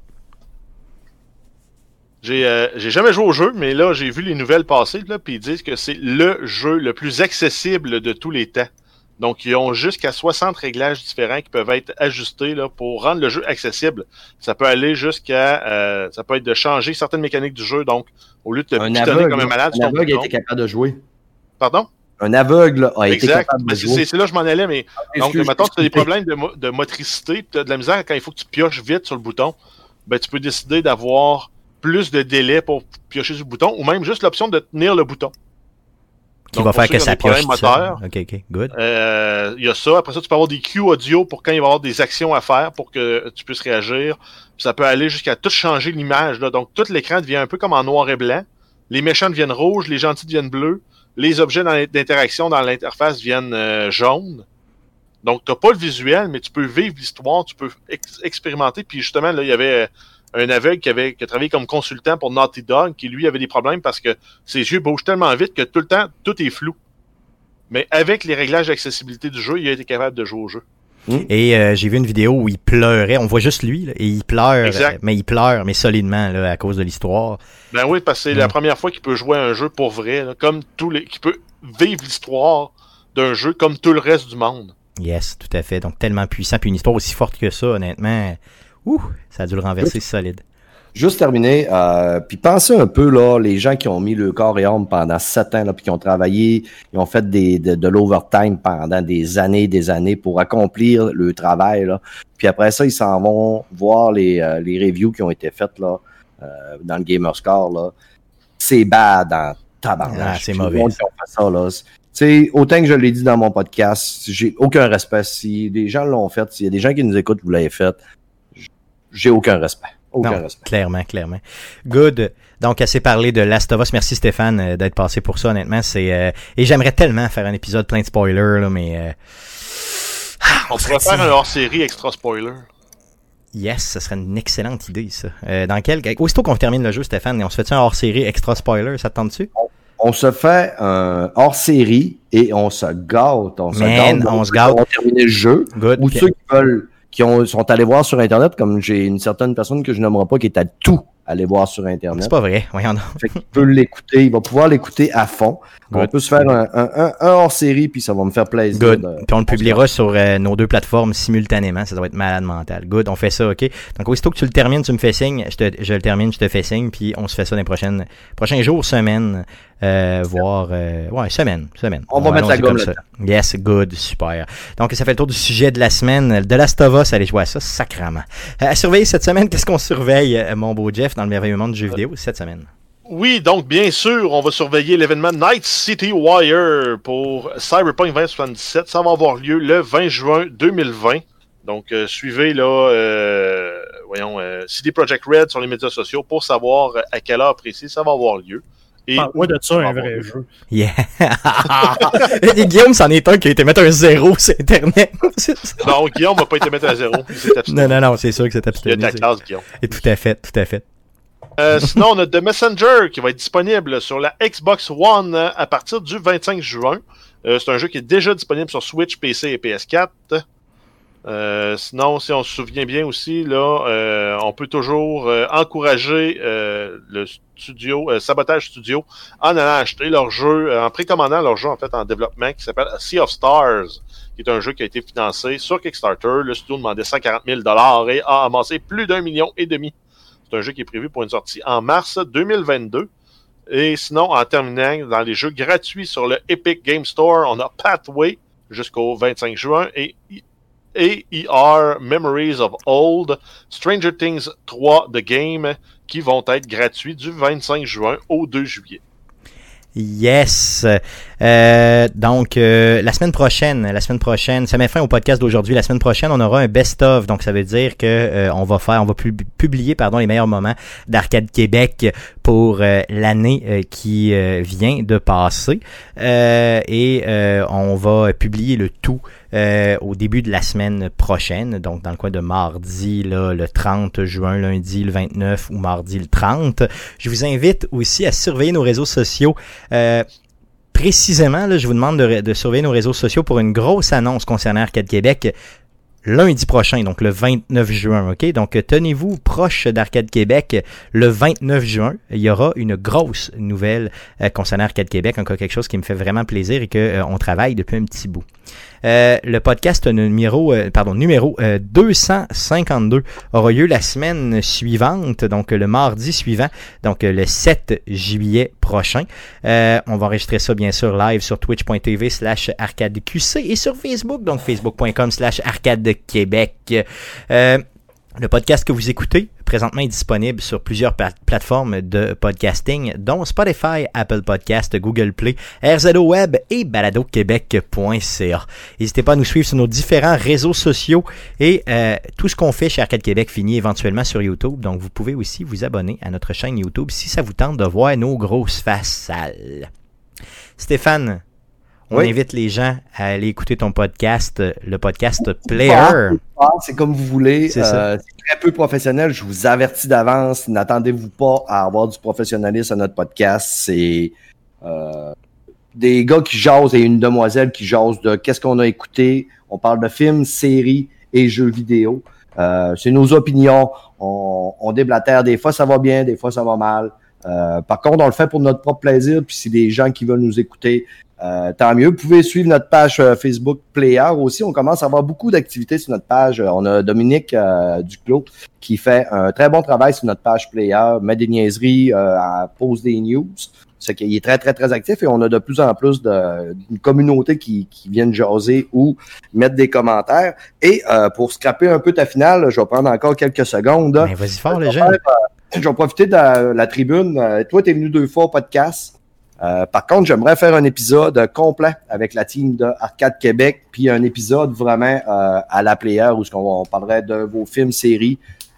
J'ai, euh, j'ai jamais joué au jeu, mais là, j'ai vu les nouvelles passer, là, puis ils disent que c'est le jeu le plus accessible de tous les temps. Donc, ils ont jusqu'à soixante réglages différents qui peuvent être ajustés là, pour rendre le jeu accessible. Ça peut aller jusqu'à... Euh, ça peut être de changer certaines mécaniques du jeu. Donc, au lieu de te Un pitonner aveugle, comme un malade, un sur ton aveugle a bouton. été capable de jouer. Pardon? Un aveugle a été Exact. capable de Ben, c'est, jouer. c'est, c'est là que je m'en allais, mais... Donc, Excuse, mettons que tu as des excuse. problèmes de, mo- de motricité, puis tu as de la misère quand il faut que tu pioches vite sur le bouton, ben, tu peux décider d'avoir plus de délai pour piocher sur le bouton, ou même juste l'option de tenir le bouton. Qui Donc, va pour faire ceux que qui ont ça des problèmes pioche tout seul. moteurs, Ok, ok, good. euh, il y a ça. Après ça, tu peux avoir des cues audio pour quand il va y avoir des actions à faire pour que tu puisses réagir. Puis ça peut aller jusqu'à tout changer l'image. Là. Donc, tout l'écran devient un peu comme en noir et blanc. Les méchants deviennent rouges, les gentils deviennent bleus. Les objets dans d'interaction dans l'interface deviennent euh, jaunes. Donc, tu n'as pas le visuel, mais tu peux vivre l'histoire, tu peux ex- expérimenter. Puis justement, là, il y avait un aveugle qui avait qui a travaillé comme consultant pour Naughty Dog, qui lui avait des problèmes parce que ses yeux bougent tellement vite que tout le temps, tout est flou. Mais avec les réglages d'accessibilité du jeu, il a été capable de jouer au jeu. Et euh, j'ai vu une vidéo où il pleurait. On voit juste lui, là, et il pleure, Exact. euh, mais il pleure, mais solidement, là, à cause de l'histoire. Ben oui, parce que c'est Mm. la première fois qu'il peut jouer à un jeu pour vrai, là, comme tous les, qu'il peut vivre l'histoire d'un jeu comme tout le reste du monde. Yes, tout à fait. Donc, tellement puissant, puis une histoire aussi forte que ça, honnêtement. Ouh, ça a dû le renverser solide. Juste terminé, euh, puis pensez un peu, là, les gens qui ont mis le corps et âme pendant sept ans, là, puis qui ont travaillé, ils ont fait des, de, de l'overtime pendant des années des années pour accomplir le travail, là. Puis après ça, ils s'en vont voir les, euh, les reviews qui ont été faites, là, euh, dans le Gamerscore, là. C'est bad en tabarnak. Ah, c'est Puis mauvais, le monde qui ont fait ça, là. Tu sais, autant que je l'ai dit dans mon podcast, j'ai aucun respect. Si des gens l'ont fait, s'il y a des gens qui nous écoutent, vous l'avez fait, j'ai aucun respect. Aucun non, respect. clairement, clairement. Good. Donc, assez parlé de Last of Us. Merci Stéphane euh, d'être passé pour ça, honnêtement. C'est euh, et j'aimerais tellement faire un épisode plein de spoilers, là, mais... Euh... Ah, on, on pourrait faire un hors-série extra spoiler. Yes, ce serait une excellente idée, ça. Euh, dans quel... Aussitôt qu'on termine le jeu, Stéphane, on se fait un hors-série extra spoiler, ça te tente-tu? On, on se fait un hors-série et on se gâte. On se Man, gâte. on se gâte. On va terminer le jeu. Good. Ou ceux qui veulent, qui ont, sont allés voir sur Internet, comme j'ai une certaine personne que je nommerai pas qui est à tout aller voir sur Internet. C'est pas vrai, voyons donc. Fait qu'il peut l'écouter, il va pouvoir l'écouter à fond. Good. On peut se faire un, un, un, un hors-série, puis ça va me faire plaisir. Good. De... Puis on le publiera sur euh, nos deux plateformes simultanément. Ça doit être malade mental. Good. On fait ça, OK? Donc, aussitôt que tu le termines, tu me fais signe. Je, te, je le termine, je te fais signe. Puis on se fait ça dans les prochaines, prochains jours, semaines. Euh, voire... Euh, ouais, semaine. semaine. On va ouais, mettre la gomme là. Yes, good. Super. Donc, ça fait le tour du sujet de la semaine. De Last of Us, allez jouer à ça, sacrément. Euh, à surveiller cette semaine, qu'est-ce qu'on surveille, euh, mon beau Jeff, dans le merveilleux monde du jeu vidéo cette semaine? Oui, donc bien sûr, on va surveiller l'événement Night City Wire pour Cyberpunk vingt soixante-dix-sept. Ça va avoir lieu le vingt juin deux mille vingt. Donc, euh, suivez là, euh, voyons, euh, C D Projekt Red sur les médias sociaux pour savoir à quelle heure précise ça va avoir lieu. Et Parle-moi de ça, ça un va vrai avoir lieu. jeu. Yeah! Et Guillaume, c'en est un qui a été mettre un zéro sur Internet. Non, Guillaume va pas été mettre à zéro. Il s'est abstenu. Non, non, non, c'est sûr que c'est Il y a abstenu. ta classe, Guillaume. Et tout à fait, tout à fait. Euh, sinon, on a The Messenger qui va être disponible sur la Xbox One euh, à partir du vingt-cinq juin. Euh, c'est un jeu qui est déjà disponible sur Switch, P C et P S quatre. Euh, sinon, si on se souvient bien aussi, là, euh, on peut toujours euh, encourager euh, le studio, euh, Sabotage Studio, en allant acheter leur jeu, euh, en précommandant leur jeu en fait en développement qui s'appelle Sea of Stars, qui est un jeu qui a été financé sur Kickstarter. Le studio demandait cent quarante mille dollars et a amassé plus d'un million et demi. C'est un jeu qui est prévu pour une sortie en mars deux mille vingt-deux. Et sinon, en terminant, dans les jeux gratuits sur le Epic Game Store, on a Pathway jusqu'au vingt-cinq juin et A E R Memories of Old, Stranger Things trois The Game, qui vont être gratuits du vingt-cinq juin au deux juillet. Yes. Euh, donc, euh, la semaine prochaine, la semaine prochaine, ça met fin au podcast d'aujourd'hui. La semaine prochaine, on aura un best-of. Donc, ça veut dire que euh, on va faire, on va pub- publier, pardon, les meilleurs moments d'Arcade Québec pour euh, l'année euh, qui euh, vient de passer. Euh, et euh, on va publier le tout euh, au début de la semaine prochaine. Donc, dans le coin de mardi, là, le trente juin, lundi le vingt-neuf ou mardi le trente. Je vous invite aussi à surveiller nos réseaux sociaux. Euh, précisément, là, je vous demande de, de surveiller nos réseaux sociaux pour une grosse annonce concernant Arcade Québec lundi prochain, donc le vingt-neuf juin, ok? Donc, tenez-vous proche d'Arcade Québec le vingt-neuf juin. Il y aura une grosse nouvelle euh, concernant Arcade Québec, encore quelque chose qui me fait vraiment plaisir et qu'on euh, travaille depuis un petit bout. Euh, le podcast numéro, euh, pardon, numéro euh, deux cent cinquante-deux aura lieu la semaine suivante, donc le mardi suivant, donc le sept juillet prochain. Euh, on va enregistrer ça bien sûr live sur twitch.tv slash arcadeqc et sur Facebook, donc facebook.com slash arcadequebec. Euh, Le podcast que vous écoutez présentement est disponible sur plusieurs pla- plateformes de podcasting, dont Spotify, Apple Podcast, Google Play, R Z O Web et balado québec point c a. N'hésitez pas à nous suivre sur nos différents réseaux sociaux et euh, tout ce qu'on fait chez Arcade Québec finit éventuellement sur YouTube. Donc vous pouvez aussi vous abonner à notre chaîne YouTube si ça vous tente de voir nos grosses faces sales. Stéphane, on oui. invite les gens à aller écouter ton podcast, le podcast Player. Ah, c'est comme vous voulez. C'est, euh, c'est très peu professionnel. Je vous avertis d'avance. N'attendez-vous pas à avoir du professionnalisme à notre podcast. C'est euh, des gars qui jasent et une demoiselle qui jase de qu'est-ce qu'on a écouté. On parle de films, séries et jeux vidéo. Euh, c'est nos opinions. On, on déblatère. Des fois, ça va bien. Des fois, ça va mal. Euh, par contre, on le fait pour notre propre plaisir. Puis si des gens qui veulent nous écouter, Euh, tant mieux. Vous pouvez suivre notre page euh, Facebook Player aussi. On commence à avoir beaucoup d'activités sur notre page. Euh, on a Dominique euh, Duclos qui fait un très bon travail sur notre page Player, met des niaiseries, euh, pose des news. C'est qu'il est très, très, très actif et on a de plus en plus de, d'une communauté qui, qui viennent jaser ou mettre des commentaires. Et euh, pour scraper un peu ta finale, je vais prendre encore quelques secondes. Ben, vas-y fort, les gens. Euh, je vais profiter de la, la tribune. Euh, toi, tu es venu deux fois au podcast. Euh, par contre, j'aimerais faire un épisode complet avec la team de Arcade Québec, puis un épisode vraiment euh, à la Player où on, on parlerait de vos films, séries,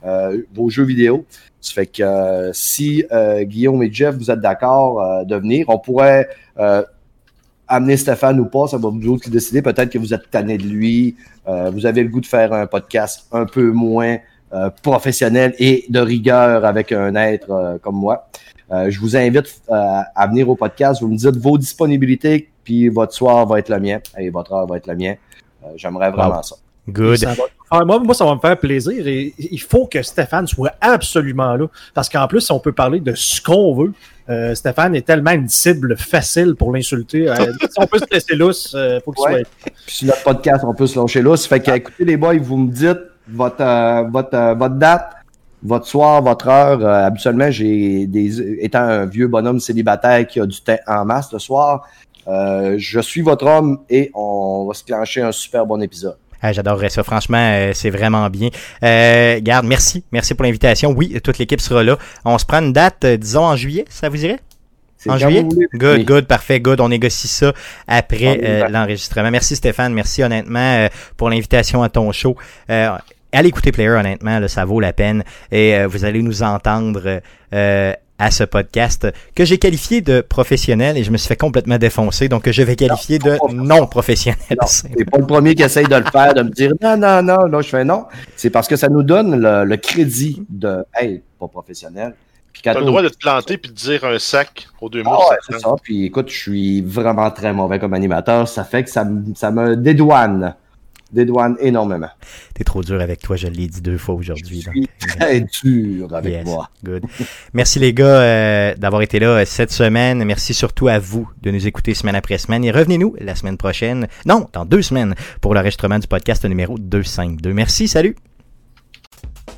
euh, vos jeux vidéo. Ça fait que euh, si euh, Guillaume et Jeff, vous êtes d'accord euh, de venir, on pourrait euh, amener Stéphane ou pas, ça va vous autres qui décidez. Peut-être que vous êtes tanné de lui, euh, vous avez le goût de faire un podcast un peu moins euh, professionnel et de rigueur avec un être euh, comme moi. Euh, je vous invite euh, à venir au podcast. Vous me dites vos disponibilités, puis votre soir va être le mien et votre heure va être le mien. Euh, j'aimerais vraiment wow. ça. Good. Ça va, ah, moi, moi, ça va me faire plaisir et il faut que Stéphane soit absolument là. Parce qu'en plus, on peut parler de ce qu'on veut. Euh, Stéphane est tellement une cible facile pour l'insulter. Euh, si on peut se laisser lousse, il euh, faut qu'il ouais. soit. Puis sur notre podcast, on peut se lâcher lousse. Fait que, ah. écoutez les boys, vous me dites votre, euh, votre, euh, votre date, votre soir, votre heure. Euh, habituellement, j'ai des étant un vieux bonhomme célibataire qui a du temps en masse le soir, euh, je suis votre homme et on va se clencher un super bon épisode. Ah, j'adorerais ça. Franchement, euh, c'est vraiment bien. Euh, garde, merci. Merci pour l'invitation. Oui, toute l'équipe sera là. On se prend une date, euh, disons, en juillet, ça vous irait? C'est en juillet? Good, oui. good, parfait, good. On négocie ça après euh, l'enregistrement. Merci Stéphane, merci honnêtement euh, pour l'invitation à ton show. Euh, allez écouter Player, honnêtement, là, ça vaut la peine. Et euh, vous allez nous entendre euh, à ce podcast que j'ai qualifié de professionnel et je me suis fait complètement défoncer, donc je vais qualifier non, de non professionnel. Non, c'est pas le premier qui essaye de le faire, de me dire non, non, non, là je fais non. C'est parce que ça nous donne le, le crédit de hey, pas professionnel. Tu as le droit de te planter puis de dire un sac aux deux mots. Ah ouais, c'est ça. Puis écoute, je suis vraiment très mauvais comme animateur. Ça fait que ça, ça me dédouane. Dédouane énormément. T'es trop dur avec toi, je l'ai dit deux fois aujourd'hui. Je suis très dur avec yes, moi. Good. Merci les gars euh, d'avoir été là euh, cette semaine. Merci surtout à vous de nous écouter semaine après semaine. Et revenez-nous la semaine prochaine, non, dans deux semaines, pour l'enregistrement du podcast numéro deux cent cinquante-deux. Merci, salut!